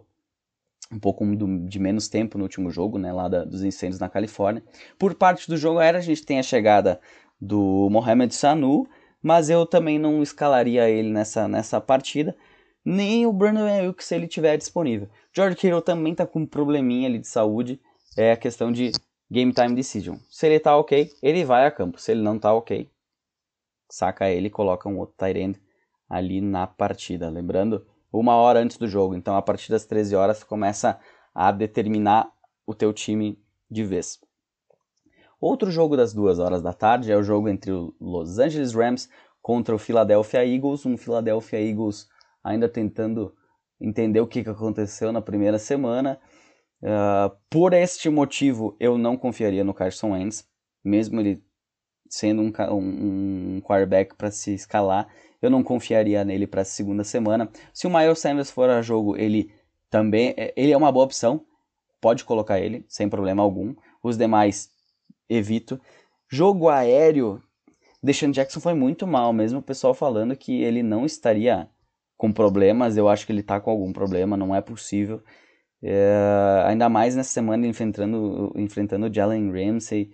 um pouco de menos tempo no último jogo, né, lá da, dos incêndios na Califórnia. Por parte do jogo aéreo, a gente tem a chegada do Mohamed Sanu, mas eu também não escalaria ele nessa, nessa partida, nem o Brandon Ayuk se ele tiver disponível. George Kittle também tá com um probleminha ali de saúde, é a questão de game time decision. Se ele tá ok, ele vai a campo. Se ele não tá ok, saca ele e coloca um outro tight end ali na partida. Lembrando, uma hora antes do jogo, então a partir das treze horas começa a determinar o teu time de vez. Outro jogo das duas horas da tarde é o jogo entre o Los Angeles Rams contra o Philadelphia Eagles. Um Philadelphia Eagles ainda tentando entender o que aconteceu na primeira semana. Uh, por este motivo, eu não confiaria no Carson Wentz, mesmo ele sendo um, um, um quarterback para se escalar, eu não confiaria nele para a segunda semana. Se o Miles Sanders for a jogo, ele também ele é uma boa opção, pode colocar ele, sem problema algum. Os demais evito. Jogo aéreo, Deshaun Jackson foi muito mal, mesmo o pessoal falando que ele não estaria com problemas, eu acho que ele está com algum problema, não é possível. É, ainda mais nessa semana enfrentando, enfrentando o Jalen Ramsey.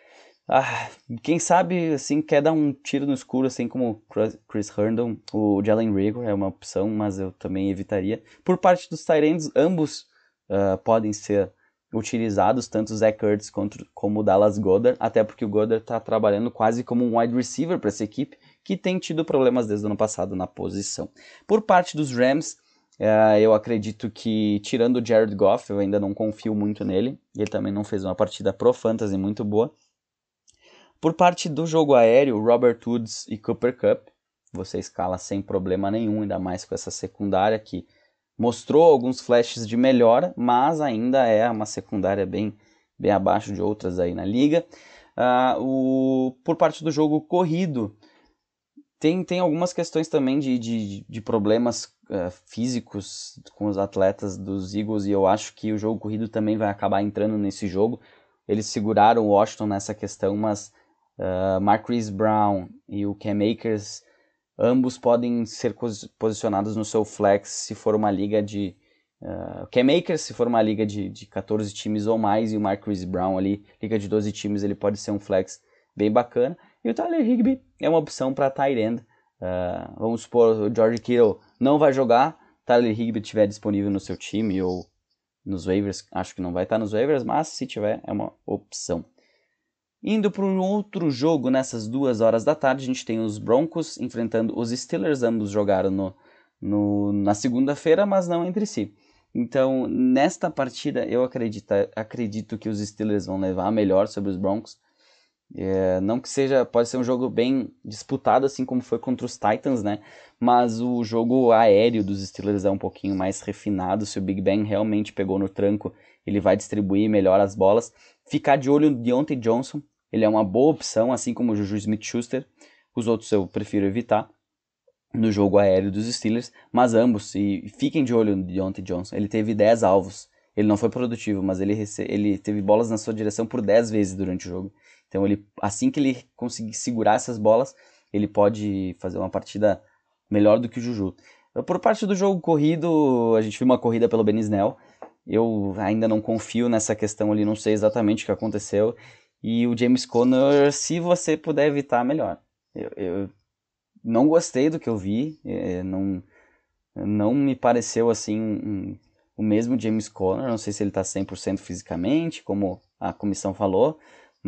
Ah, quem sabe assim quer dar um tiro no escuro, assim como Chris Herndon, o Jalen Reagor é uma opção, mas eu também evitaria. Por parte dos tight ends, ambos uh, podem ser utilizados, tanto o Zach Ertz quanto, como o Dallas Goedert, até porque o Goedert está trabalhando quase como um wide receiver para essa equipe, que tem tido problemas desde o ano passado na posição. Por parte dos Rams, uh, eu acredito que, tirando o Jared Goff, eu ainda não confio muito nele, ele também não fez uma partida pro fantasy muito boa. Por parte do jogo aéreo, Robert Woods e Cooper Kupp, você escala sem problema nenhum, ainda mais com essa secundária que mostrou alguns flashes de melhora, mas ainda é uma secundária bem, bem abaixo de outras aí na liga. Uh, o, por parte do jogo corrido, tem, tem algumas questões também de, de, de problemas uh, físicos com os atletas dos Eagles, e eu acho que o jogo corrido também vai acabar entrando nesse jogo. Eles seguraram o Washington nessa questão, mas uh, Marquise Brown e o Cam Akers ambos podem ser posicionados no seu flex se for uma liga de uh, Cam Akers, se for uma liga de, de catorze times ou mais, e o Marquise Brown ali, liga de doze times, ele pode ser um flex bem bacana. E o Tyler Higbee é uma opção para tight end. Uh, vamos supor, o George Kittle não vai jogar, Tyler Higbee estiver disponível no seu time ou nos waivers, acho que não vai estar nos waivers, mas se tiver, é uma opção. Indo para um outro jogo, nessas duas horas da tarde, a gente tem os Broncos enfrentando os Steelers. Ambos jogaram no, no, na segunda-feira, mas não entre si. Então, nesta partida, eu acredito, acredito que os Steelers vão levar a melhor sobre os Broncos. É, não que seja, pode ser um jogo bem disputado, assim como foi contra os Titans, né? Mas o jogo aéreo dos Steelers é um pouquinho mais refinado. Se o Big Ben realmente pegou no tranco, ele vai distribuir melhor as bolas. Ficar de olho no Deontay Johnson, ele é uma boa opção, assim como o Juju Smith-Schuster. Os outros eu prefiro evitar no jogo aéreo dos Steelers, mas ambos, e fiquem de olho no Deontay Johnson. Ele teve dez alvos, ele não foi produtivo, mas ele, rece- ele teve bolas na sua direção por dez vezes durante o jogo. Então, ele, assim que ele conseguir segurar essas bolas, ele pode fazer uma partida melhor do que o Juju. Por parte do jogo corrido, a gente viu uma corrida pelo Ben Snell. Eu ainda não confio nessa questão ali, não sei exatamente o que aconteceu. E o James Conner, se você puder evitar, melhor. Eu, eu não gostei do que eu vi, é, não, não me pareceu assim um, o mesmo James Conner. Não sei se ele está cem por cento fisicamente, como a comissão falou,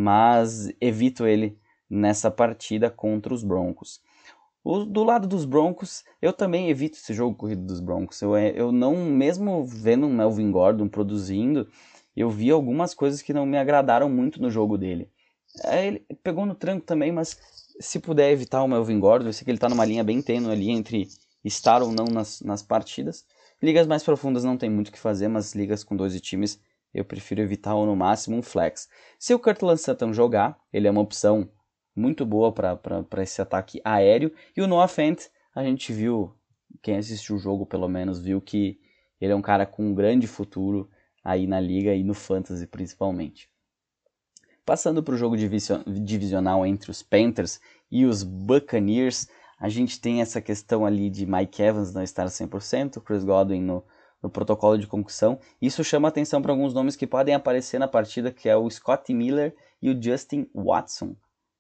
mas evito ele nessa partida contra os Broncos. O, do lado dos Broncos, eu também evito esse jogo corrido dos Broncos. Eu, eu não, mesmo vendo o Melvin Gordon produzindo, eu vi algumas coisas que não me agradaram muito no jogo dele. Ele pegou no tranco também, mas se puder evitar o Melvin Gordon, eu sei que ele está numa linha bem tênue ali entre estar ou não nas, nas partidas. Ligas mais profundas não tem muito o que fazer, mas ligas com doze times eu prefiro evitar ou no máximo um flex. Se o Courtland Sutton jogar, ele é uma opção muito boa para esse ataque aéreo. E o Noah Fant, a gente viu, quem assistiu o jogo pelo menos, viu que ele é um cara com um grande futuro aí na liga e no fantasy principalmente. Passando para o jogo divisional entre os Panthers e os Buccaneers, a gente tem essa questão ali de Mike Evans não estar cem por cento, Chris Godwin no, no protocolo de concussão. Isso chama atenção para alguns nomes que podem aparecer na partida, que é o Scotty Miller e o Justin Watson.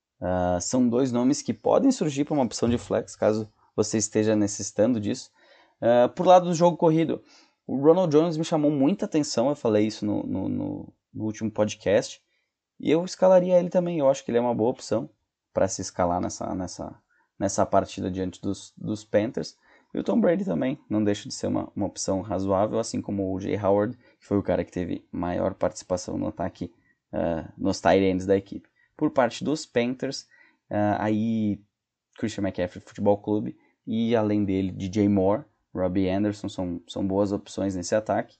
Uh, são dois nomes que podem surgir para uma opção de flex, caso você esteja necessitando disso. Uh, por lado do jogo corrido, o Ronald Jones me chamou muita atenção, eu falei isso no, no, no, no último podcast, e eu escalaria ele também. Eu acho que ele é uma boa opção para se escalar nessa, nessa, nessa partida diante dos, dos Panthers. E o Tom Brady também não deixa de ser uma, uma opção razoável, assim como o Jay Howard, que foi o cara que teve maior participação no ataque, uh, nos tight ends da equipe. Por parte dos Panthers, uh, aí Christian McCaffrey Futebol Clube e além dele D J Moore, Robbie Anderson são, são boas opções nesse ataque.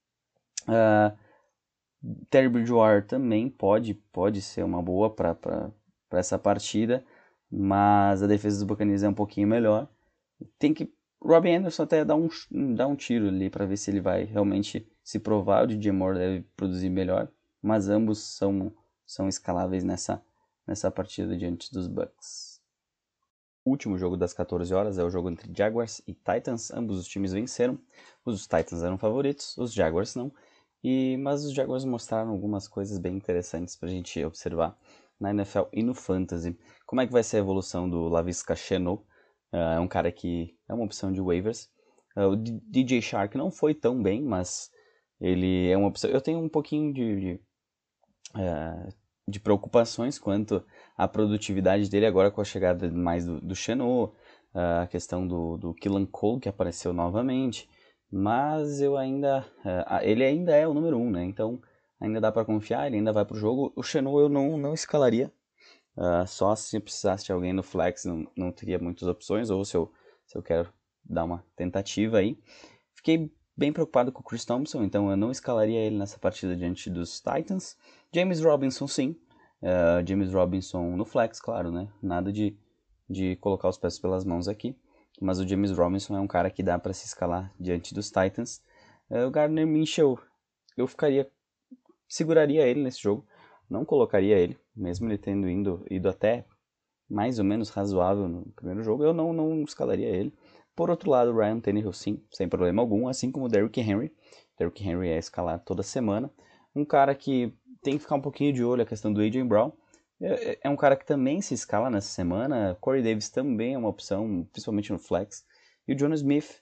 Uh, Terry Bridgewater também pode, pode ser uma boa para essa partida, mas a defesa dos Buccaneers é um pouquinho melhor. Tem que Robbie Anderson até dar um, dar um tiro ali para ver se ele vai realmente se provar. O D J Moore deve produzir melhor, mas ambos são são escaláveis nessa, nessa partida diante dos Bucks. O último jogo das quatorze horas é o jogo entre Jaguars e Titans. Ambos os times venceram. Os Titans eram favoritos, os Jaguars não. E, mas os Jaguars mostraram algumas coisas bem interessantes para a gente observar na N F L e no Fantasy. Como é que vai ser a evolução do Laviska Shenault? Uh, é um cara que é uma opção de waivers. Uh, o D J Shark não foi tão bem, mas ele é uma opção. Eu tenho um pouquinho de... de Uh, de preocupações quanto à produtividade dele agora com a chegada mais do, do Shenault, uh, a questão do, do Keelan Cole que apareceu novamente, mas eu ainda uh, ele ainda é o número um, né? Então ainda dá para confiar, ele ainda vai pro jogo. O Shenault eu não, não escalaria, uh, só se eu precisasse de alguém no flex, não, não teria muitas opções, ou se eu, se eu quero dar uma tentativa aí. Fiquei bem preocupado com o Chris Thompson, então eu não escalaria ele nessa partida diante dos Titans. James Robinson, sim. Uh, James Robinson no flex, claro, né? Nada de, de colocar os pés pelas mãos aqui. Mas o James Robinson é um cara que dá para se escalar diante dos Titans. Uh, o Gardner Minshew, eu ficaria... seguraria ele nesse jogo. Não colocaria ele, mesmo ele tendo ido, ido até mais ou menos razoável no primeiro jogo, eu não, não escalaria ele. Por outro lado, o Ryan Tannehill sim, sem problema algum, assim como o Derrick Henry. Derrick Henry é escalado toda semana. Um cara que tem que ficar um pouquinho de olho a questão do A J Brown. É, é um cara que também se escala nessa semana. Corey Davis também é uma opção, principalmente no flex. E o Jonnu Smith,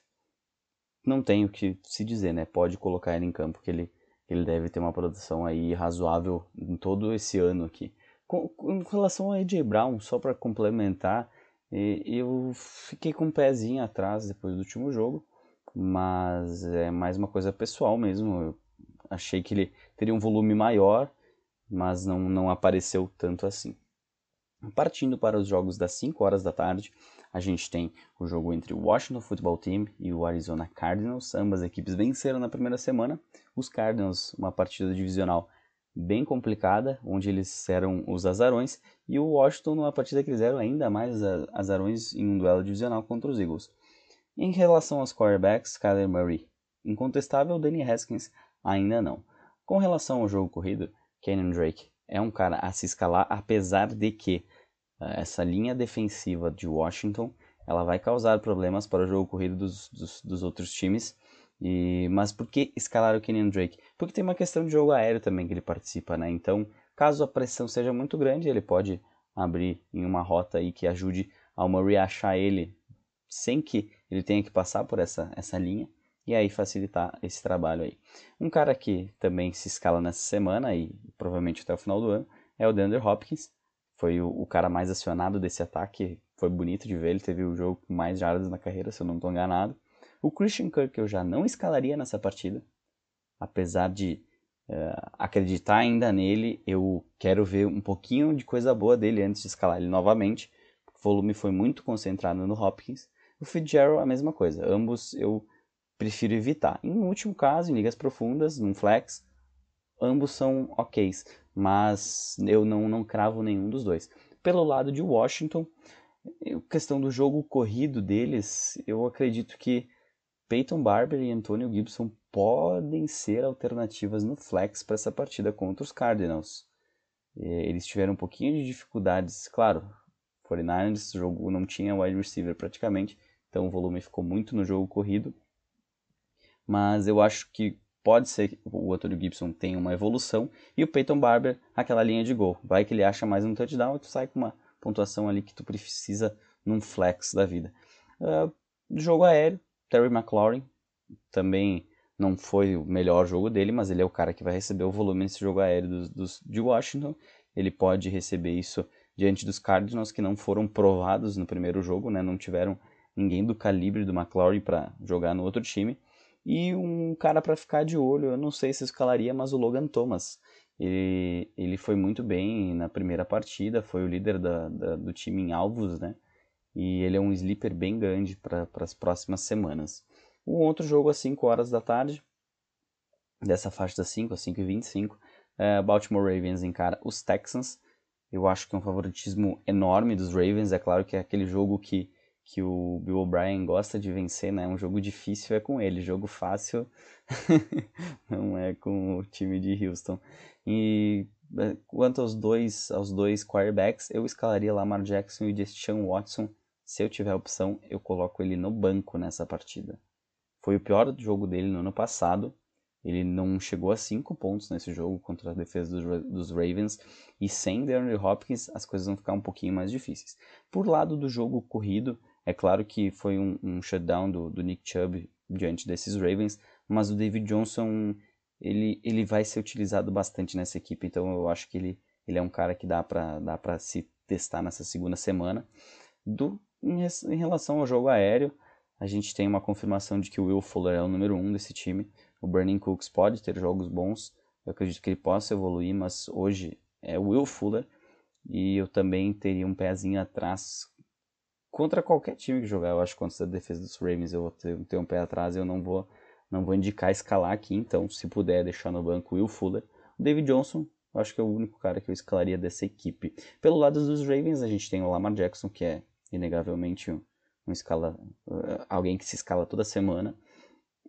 não tem o que se dizer, né? Pode colocar ele em campo, que ele, ele deve ter uma produção aí razoável em todo esse ano aqui. Com, com relação ao A J Brown, só para complementar, eu fiquei com um pezinho atrás depois do último jogo, mas é mais uma coisa pessoal mesmo. Eu achei que ele teria um volume maior, mas não, não apareceu tanto assim. Partindo para os jogos das cinco horas da tarde, a gente tem o jogo entre o Washington Football Team e o Arizona Cardinals. Ambas equipes venceram na primeira semana. Os Cardinals, uma partida divisional bem complicada, onde eles eram os azarões, e o Washington, numa partida que eles eram ainda mais azarões em um duelo divisional contra os Eagles. Em relação aos quarterbacks, Kyler Murray, incontestável, Danny Haskins, ainda não. Com relação ao jogo corrido, Kenyon Drake é um cara a se escalar, apesar de que uh, essa linha defensiva de Washington ela vai causar problemas para o jogo corrido dos, dos, dos outros times. E, mas por que escalar o Kenyon Drake? Porque tem uma questão de jogo aéreo também que ele participa, né? Então, caso a pressão seja muito grande, ele pode abrir em uma rota aí que ajude ao Murray a achar ele sem que ele tenha que passar por essa, essa linha e aí facilitar esse trabalho aí. Um cara que também se escala nessa semana e provavelmente até o final do ano é o DeAndre Hopkins. Foi o, o cara mais acionado desse ataque, foi bonito de ver, ele teve o jogo com mais jardas na carreira, se eu não estou enganado. O Christian Kirk eu já não escalaria nessa partida, apesar de uh, acreditar ainda nele, eu quero ver um pouquinho de coisa boa dele antes de escalar ele novamente. O volume foi muito concentrado no Hopkins. O Fitzgerald a mesma coisa, ambos eu prefiro evitar. Em último caso, em ligas profundas, num flex, ambos são ok, mas eu não, não cravo nenhum dos dois. Pelo lado de Washington, a questão do jogo corrido deles, eu acredito que Peyton Barber e Antonio Gibson podem ser alternativas no flex para essa partida contra os Cardinals. Eles tiveram um pouquinho de dificuldades, claro, quarenta e nove ers, o jogo não tinha wide receiver praticamente, então o volume ficou muito no jogo corrido, mas eu acho que pode ser que o Antonio Gibson tenha uma evolução e o Peyton Barber aquela linha de gol, vai que ele acha mais um touchdown e tu sai com uma pontuação ali que tu precisa num flex da vida. Uh, jogo aéreo, Terry McLaurin também não foi o melhor jogo dele, mas ele é o cara que vai receber o volume nesse jogo aéreo dos, dos, de Washington. Ele pode receber isso diante dos Cardinals, que não foram provados no primeiro jogo, né? Não tiveram ninguém do calibre do McLaurin para jogar no outro time. E um cara para ficar de olho, eu não sei se escalaria, mas o Logan Thomas. Ele, ele foi muito bem na primeira partida, foi o líder da, da, do time em alvos, né? E ele é um sleeper bem grande para as próximas semanas. Um outro jogo às cinco horas da tarde, dessa faixa das cinco às cinco e vinte e cinco, é, Baltimore Ravens encara os Texans. Eu acho que é um favoritismo enorme dos Ravens. É claro que é aquele jogo que, que o Bill O'Brien gosta de vencer, né? Um jogo difícil é com ele, jogo fácil não é com o time de Houston. E quanto aos dois, aos dois quarterbacks, eu escalaria Lamar Jackson e Deshaun Watson. Se eu tiver a opção, eu coloco ele no banco nessa partida. Foi o pior jogo dele no ano passado. Ele não chegou a cinco pontos nesse jogo contra a defesa dos, dos Ravens. E sem DeAndre Hopkins, as coisas vão ficar um pouquinho mais difíceis. Por lado do jogo corrido, é claro que foi um, um shutdown do, do Nick Chubb diante desses Ravens. Mas o David Johnson, ele, ele vai ser utilizado bastante nessa equipe. Então eu acho que ele, ele é um cara que dá para dá para se testar nessa segunda semana. Do, em, em relação ao jogo aéreo, a gente tem uma confirmação de que o Will Fuller é o número um desse time. O Brandon Cooks pode ter jogos bons, eu acredito que ele possa evoluir, mas hoje é o Will Fuller. E eu também teria um pezinho atrás contra qualquer time que jogar. Eu acho que contra a defesa dos Ravens eu vou ter, ter um pé atrás e eu não vou, não vou indicar escalar aqui. Então, se puder deixar no banco o Will Fuller. O David Johnson, eu acho que é o único cara que eu escalaria dessa equipe. Pelo lado dos Ravens, a gente tem o Lamar Jackson, que é inegavelmente um, um escala, uh, alguém que se escala toda semana.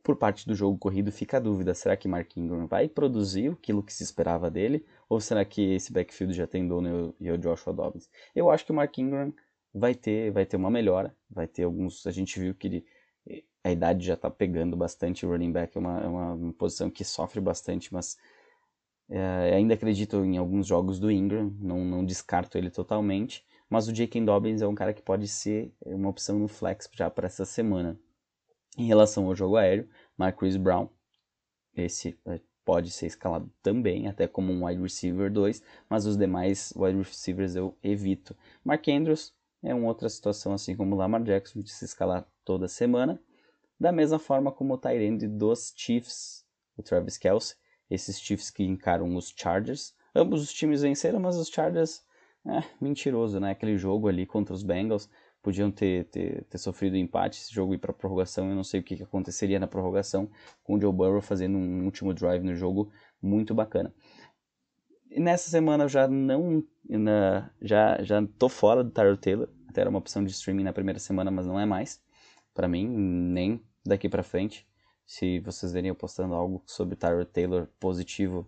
por parte do jogo corrido fica a dúvida, será que Mark Ingram vai produzir aquilo que se esperava dele, ou será que esse backfield já tem dono e o Joshua Dobbins? Eu acho que o Mark Ingram vai ter, vai ter uma melhora, vai ter alguns, a gente viu que ele, a idade já está pegando bastante, o running back é uma, é uma posição que sofre bastante, mas é, ainda acredito em alguns jogos do Ingram, não, não descarto ele totalmente, mas o J K. Dobbins é um cara que pode ser uma opção no flex já para essa semana. Em relação ao jogo aéreo, Marquise Brown, esse pode ser escalado também, até como um wide receiver dois, mas os demais wide receivers eu evito. Mark Andrews é uma outra situação, assim como o Lamar Jackson, de se escalar toda semana, da mesma forma como o tight end dos Chiefs, o Travis Kelce, esses Chiefs que encaram os Chargers. Ambos os times venceram, mas os Chargers, é, mentiroso, né? Aquele jogo ali contra os Bengals, podiam ter, ter, ter sofrido empate, esse jogo ir para prorrogação. Eu não sei o que, que aconteceria na prorrogação, com o Joe Burrow fazendo um último drive no jogo muito bacana. E nessa semana eu já não, na, já, já tô fora do Tyrod Taylor, até era uma opção de streaming na primeira semana, mas não é mais, para mim, nem daqui para frente. Se vocês verem eu postando algo sobre Tyrod Taylor positivo,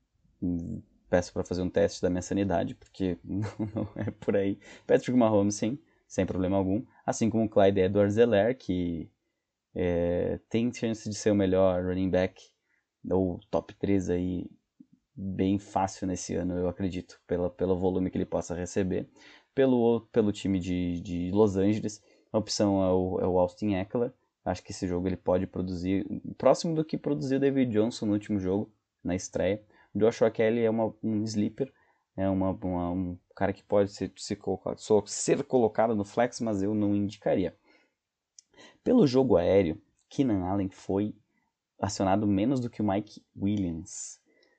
peço para fazer um teste da minha sanidade, porque não, não é por aí. Patrick Mahomes, sim, sem problema algum. Assim como o Clyde Edwards-Helaire, que é, tem chance de ser o melhor running back, ou top três aí, bem fácil nesse ano, eu acredito, pela, pelo volume que ele possa receber. Pelo, pelo time de, de Los Angeles, a opção é o, é o Austin Ekeler. Acho que esse jogo ele pode produzir, próximo do que produziu o David Johnson no último jogo, na estreia. O Joshua Kelly é uma, um sleeper, é uma, uma, um cara que pode ser, ser, colocado, ser colocado no flex, mas eu não indicaria. Pelo jogo aéreo, Keenan Allen foi acionado menos do que o Mike Williams.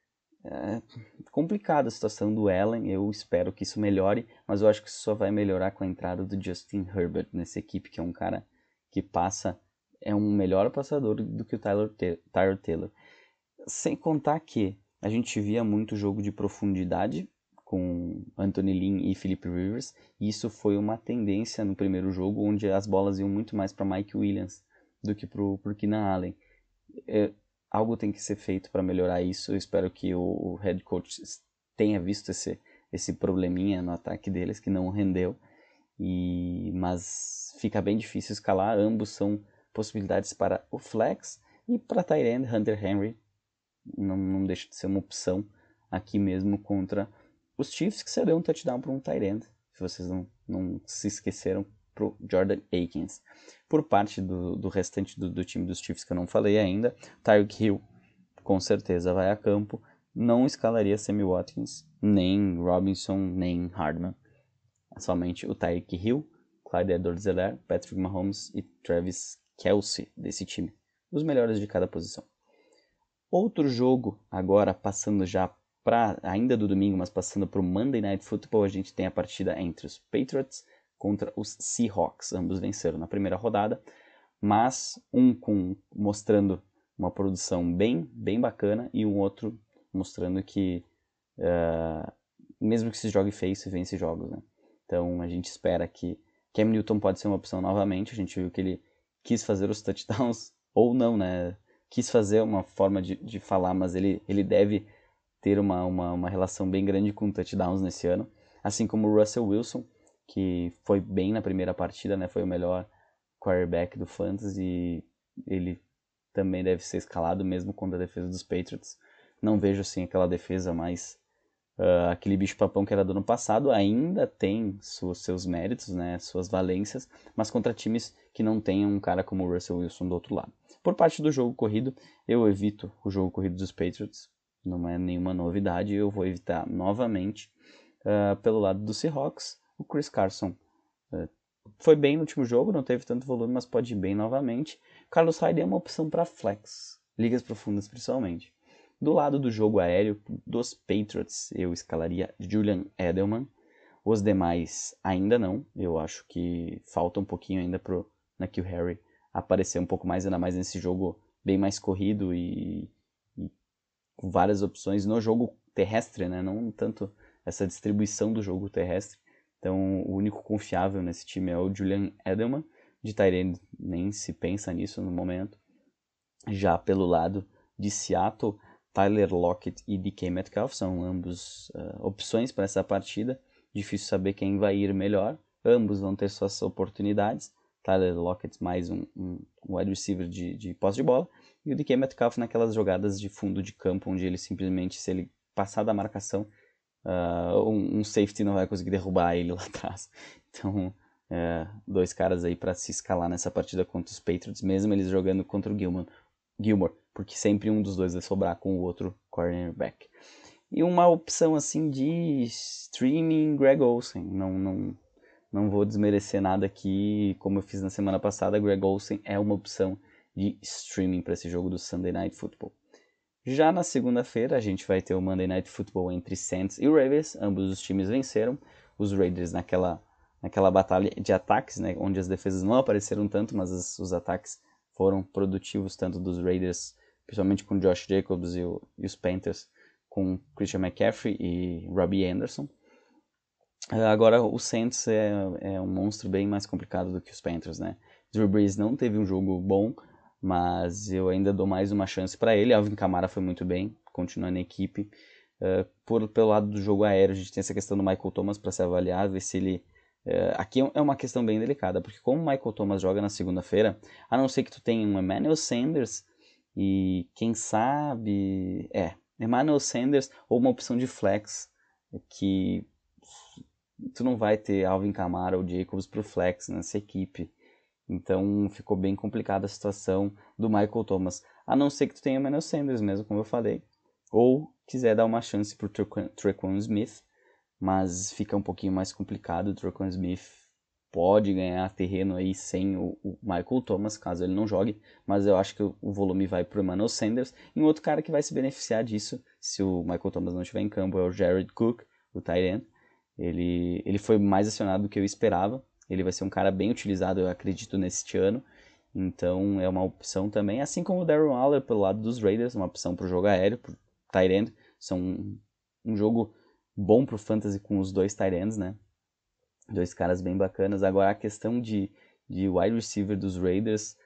É complicada a situação do Allen, eu espero que isso melhore, mas eu acho que isso só vai melhorar com a entrada do Justin Herbert nessa equipe, que é um cara que passa, é um melhor passador do que o Tyler, Tyler Taylor. Sem contar que a gente via muito jogo de profundidade com Anthony Lynn e Philip Rivers, e isso foi uma tendência no primeiro jogo, onde as bolas iam muito mais para Mike Williams do que para o Keenan Allen. É, algo tem que ser feito para melhorar isso. Eu espero que o head coach tenha visto esse, esse probleminha no ataque deles, que não rendeu, e, mas fica bem difícil escalar. Ambos são possibilidades para o flex, e para tight end, Hunter Henry não, não deixa de ser uma opção aqui mesmo contra os Chiefs, que cedeu um touchdown para um tight end, se vocês não, não se esqueceram, para o Jordan Akins. Por parte do, do restante do, do time dos Chiefs que eu não falei ainda, Tyreek Hill com certeza vai a campo. Não escalaria Sammy Watkins, nem Robinson, nem Hardman. Somente o Tyreek Hill, Clyde Edwards-Helaire, Patrick Mahomes e Travis Kelce desse time. Os melhores de cada posição. Outro jogo, agora passando já para, ainda do domingo, mas passando para o Monday Night Football, a gente tem a partida entre os Patriots contra os Seahawks. Ambos venceram na primeira rodada, mas um com, mostrando uma produção bem, bem bacana e um outro mostrando que uh, mesmo que se jogue feio, se vence jogos, né? Então a gente espera que Cam Newton pode ser uma opção novamente. A gente viu que ele quis fazer os touchdowns, ou não, né? Quis fazer uma forma de, de falar, mas ele, ele deve ter uma, uma, uma relação bem grande com touchdowns nesse ano. Assim como o Russell Wilson, que foi bem na primeira partida, né? Foi o melhor quarterback do Fantasy. Ele também deve ser escalado, mesmo contra a defesa dos Patriots. Não vejo, assim, aquela defesa mais... Uh, aquele bicho-papão que era do ano passado. Ainda tem suas, seus méritos, né? Suas valências, mas contra times que não tenham um cara como o Russell Wilson do outro lado. Por parte do jogo corrido, eu evito o jogo corrido dos Patriots. Não é nenhuma novidade. Eu vou evitar novamente. Uh, pelo lado dos Seahawks, o Chris Carson uh, foi bem no último jogo, não teve tanto volume, mas pode ir bem novamente. Carlos Hyde é uma opção para flex, ligas profundas principalmente. Do lado do jogo aéreo dos Patriots, eu escalaria Julian Edelman. Os demais ainda não. Eu acho que falta um pouquinho ainda para o N'Keal Harry aparecer um pouco mais, ainda mais nesse jogo bem mais corrido e, e com várias opções no jogo terrestre, né? Não tanto essa distribuição do jogo terrestre. Então, o único confiável nesse time é o Julian Edelman. De tight end, nem se pensa nisso no momento. Já pelo lado de Seattle, Tyler Lockett e D K Metcalf são ambos uh, opções para essa partida. Difícil saber quem vai ir melhor. Ambos vão ter suas oportunidades. Tyler Lockett mais um, um wide receiver de, de posse de bola. E o D K Metcalf naquelas jogadas de fundo de campo, onde ele simplesmente, se ele passar da marcação, uh, um, um safety não vai conseguir derrubar ele lá atrás. Então, uh, dois caras aí para se escalar nessa partida contra os Patriots, mesmo eles jogando contra o Gilmore. Gilmore, porque sempre um dos dois vai sobrar com o outro cornerback. E uma opção assim de streaming, Greg Olsen. Não, não, não vou desmerecer nada aqui, como eu fiz na semana passada, Greg Olsen é uma opção de streaming para esse jogo do Sunday Night Football. Já na segunda-feira a gente vai ter o Monday Night Football entre Saints e Ravens. Ambos os times venceram. Os Raiders naquela, naquela batalha de ataques, né, onde as defesas não apareceram tanto, mas as, os ataques foram produtivos, tanto dos Raiders, principalmente com Josh Jacobs e, o, e os Panthers, com Christian McCaffrey e Robbie Anderson. Agora o Saints é, é um monstro bem mais complicado do que os Panthers, né? Drew Brees não teve um jogo bom, mas eu ainda dou mais uma chance para ele. Alvin Kamara foi muito bem, continua na equipe. Uh, por, pelo lado do jogo aéreo, a gente tem essa questão do Michael Thomas para se avaliar, ver se ele... Uh, aqui é uma questão bem delicada, porque como o Michael Thomas joga na segunda-feira, a não ser que tu tenha um Emmanuel Sanders e quem sabe... É, Emmanuel Sanders ou uma opção de flex, que tu não vai ter Alvin Kamara ou Jacobs pro flex nessa equipe. Então ficou bem complicada a situação do Michael Thomas. A não ser que tu tenha o Emmanuel Sanders mesmo, como eu falei. Ou quiser dar uma chance pro Tre'Quan Smith, mas fica um pouquinho mais complicado. O Tre'Quan Smith pode ganhar terreno aí sem o, o Michael Thomas, caso ele não jogue, mas eu acho que o, o volume vai pro Emmanuel Sanders. E um outro cara que vai se beneficiar disso, se o Michael Thomas não estiver em campo, é o Jared Cook, o tight end. Ele, ele foi mais acionado do que eu esperava. Ele vai ser um cara bem utilizado, eu acredito, neste ano. Então é uma opção também. Assim como o Darren Waller pelo lado dos Raiders, uma opção para o jogo aéreo, para o tight end. São um, um jogo bom para o fantasy com os dois tight ends, né? Dois caras bem bacanas. Agora a questão de, de wide receiver dos Raiders,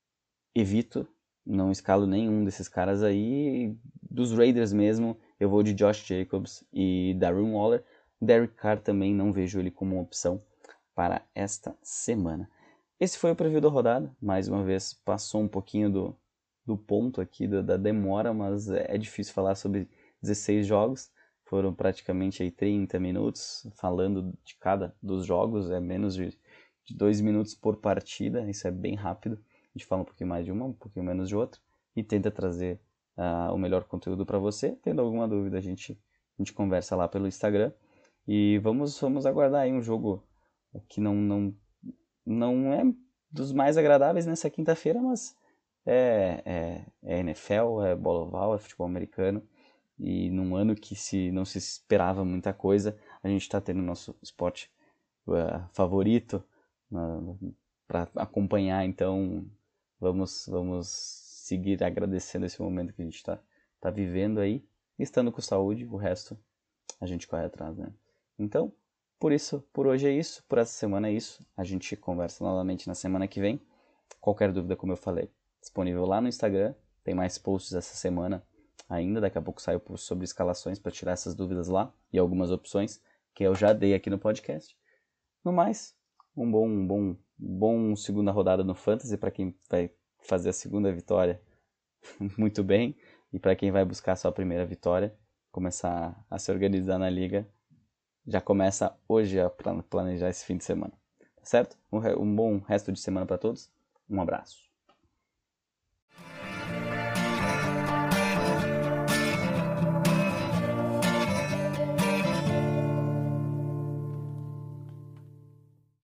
evito. Não escalo nenhum desses caras aí. Dos Raiders mesmo, eu vou de Josh Jacobs e Darren Waller. Derek Carr também não vejo ele como uma opção para esta semana. Esse foi o preview da rodada. Mais uma vez, passou um pouquinho do, do ponto aqui, da, da demora, mas é, é difícil falar sobre dezesseis jogos. Foram praticamente aí trinta minutos falando de cada dos jogos. É menos de, de dois minutos por partida. Isso é bem rápido. A gente fala um pouquinho mais de uma, um pouquinho menos de outra. E tenta trazer uh, o melhor conteúdo para você. Tendo alguma dúvida, a gente, a gente conversa lá pelo Instagram. E vamos, vamos aguardar aí um jogo que não, não, não é dos mais agradáveis nessa quinta-feira, mas é, é, é N F L, é bola oval, é futebol americano. E num ano que se não se esperava muita coisa, a gente está tendo nosso esporte uh, favorito uh, para acompanhar. Então vamos, vamos seguir agradecendo esse momento que a gente está tá vivendo aí. Estando com saúde, o resto a gente corre atrás, né? Então, por isso, por hoje é isso, por essa semana é isso. A gente conversa novamente na semana que vem. Qualquer dúvida, como eu falei, disponível lá no Instagram. Tem mais posts essa semana ainda. Daqui a pouco sai o post sobre escalações para tirar essas dúvidas lá e algumas opções que eu já dei aqui no podcast. No mais, um bom, um bom, bom segunda rodada no Fantasy para quem vai fazer a segunda vitória muito bem. E para quem vai buscar a sua primeira vitória, começar a se organizar na liga, já começa hoje a planejar esse fim de semana, tá certo? Um bom resto de semana para todos, um abraço.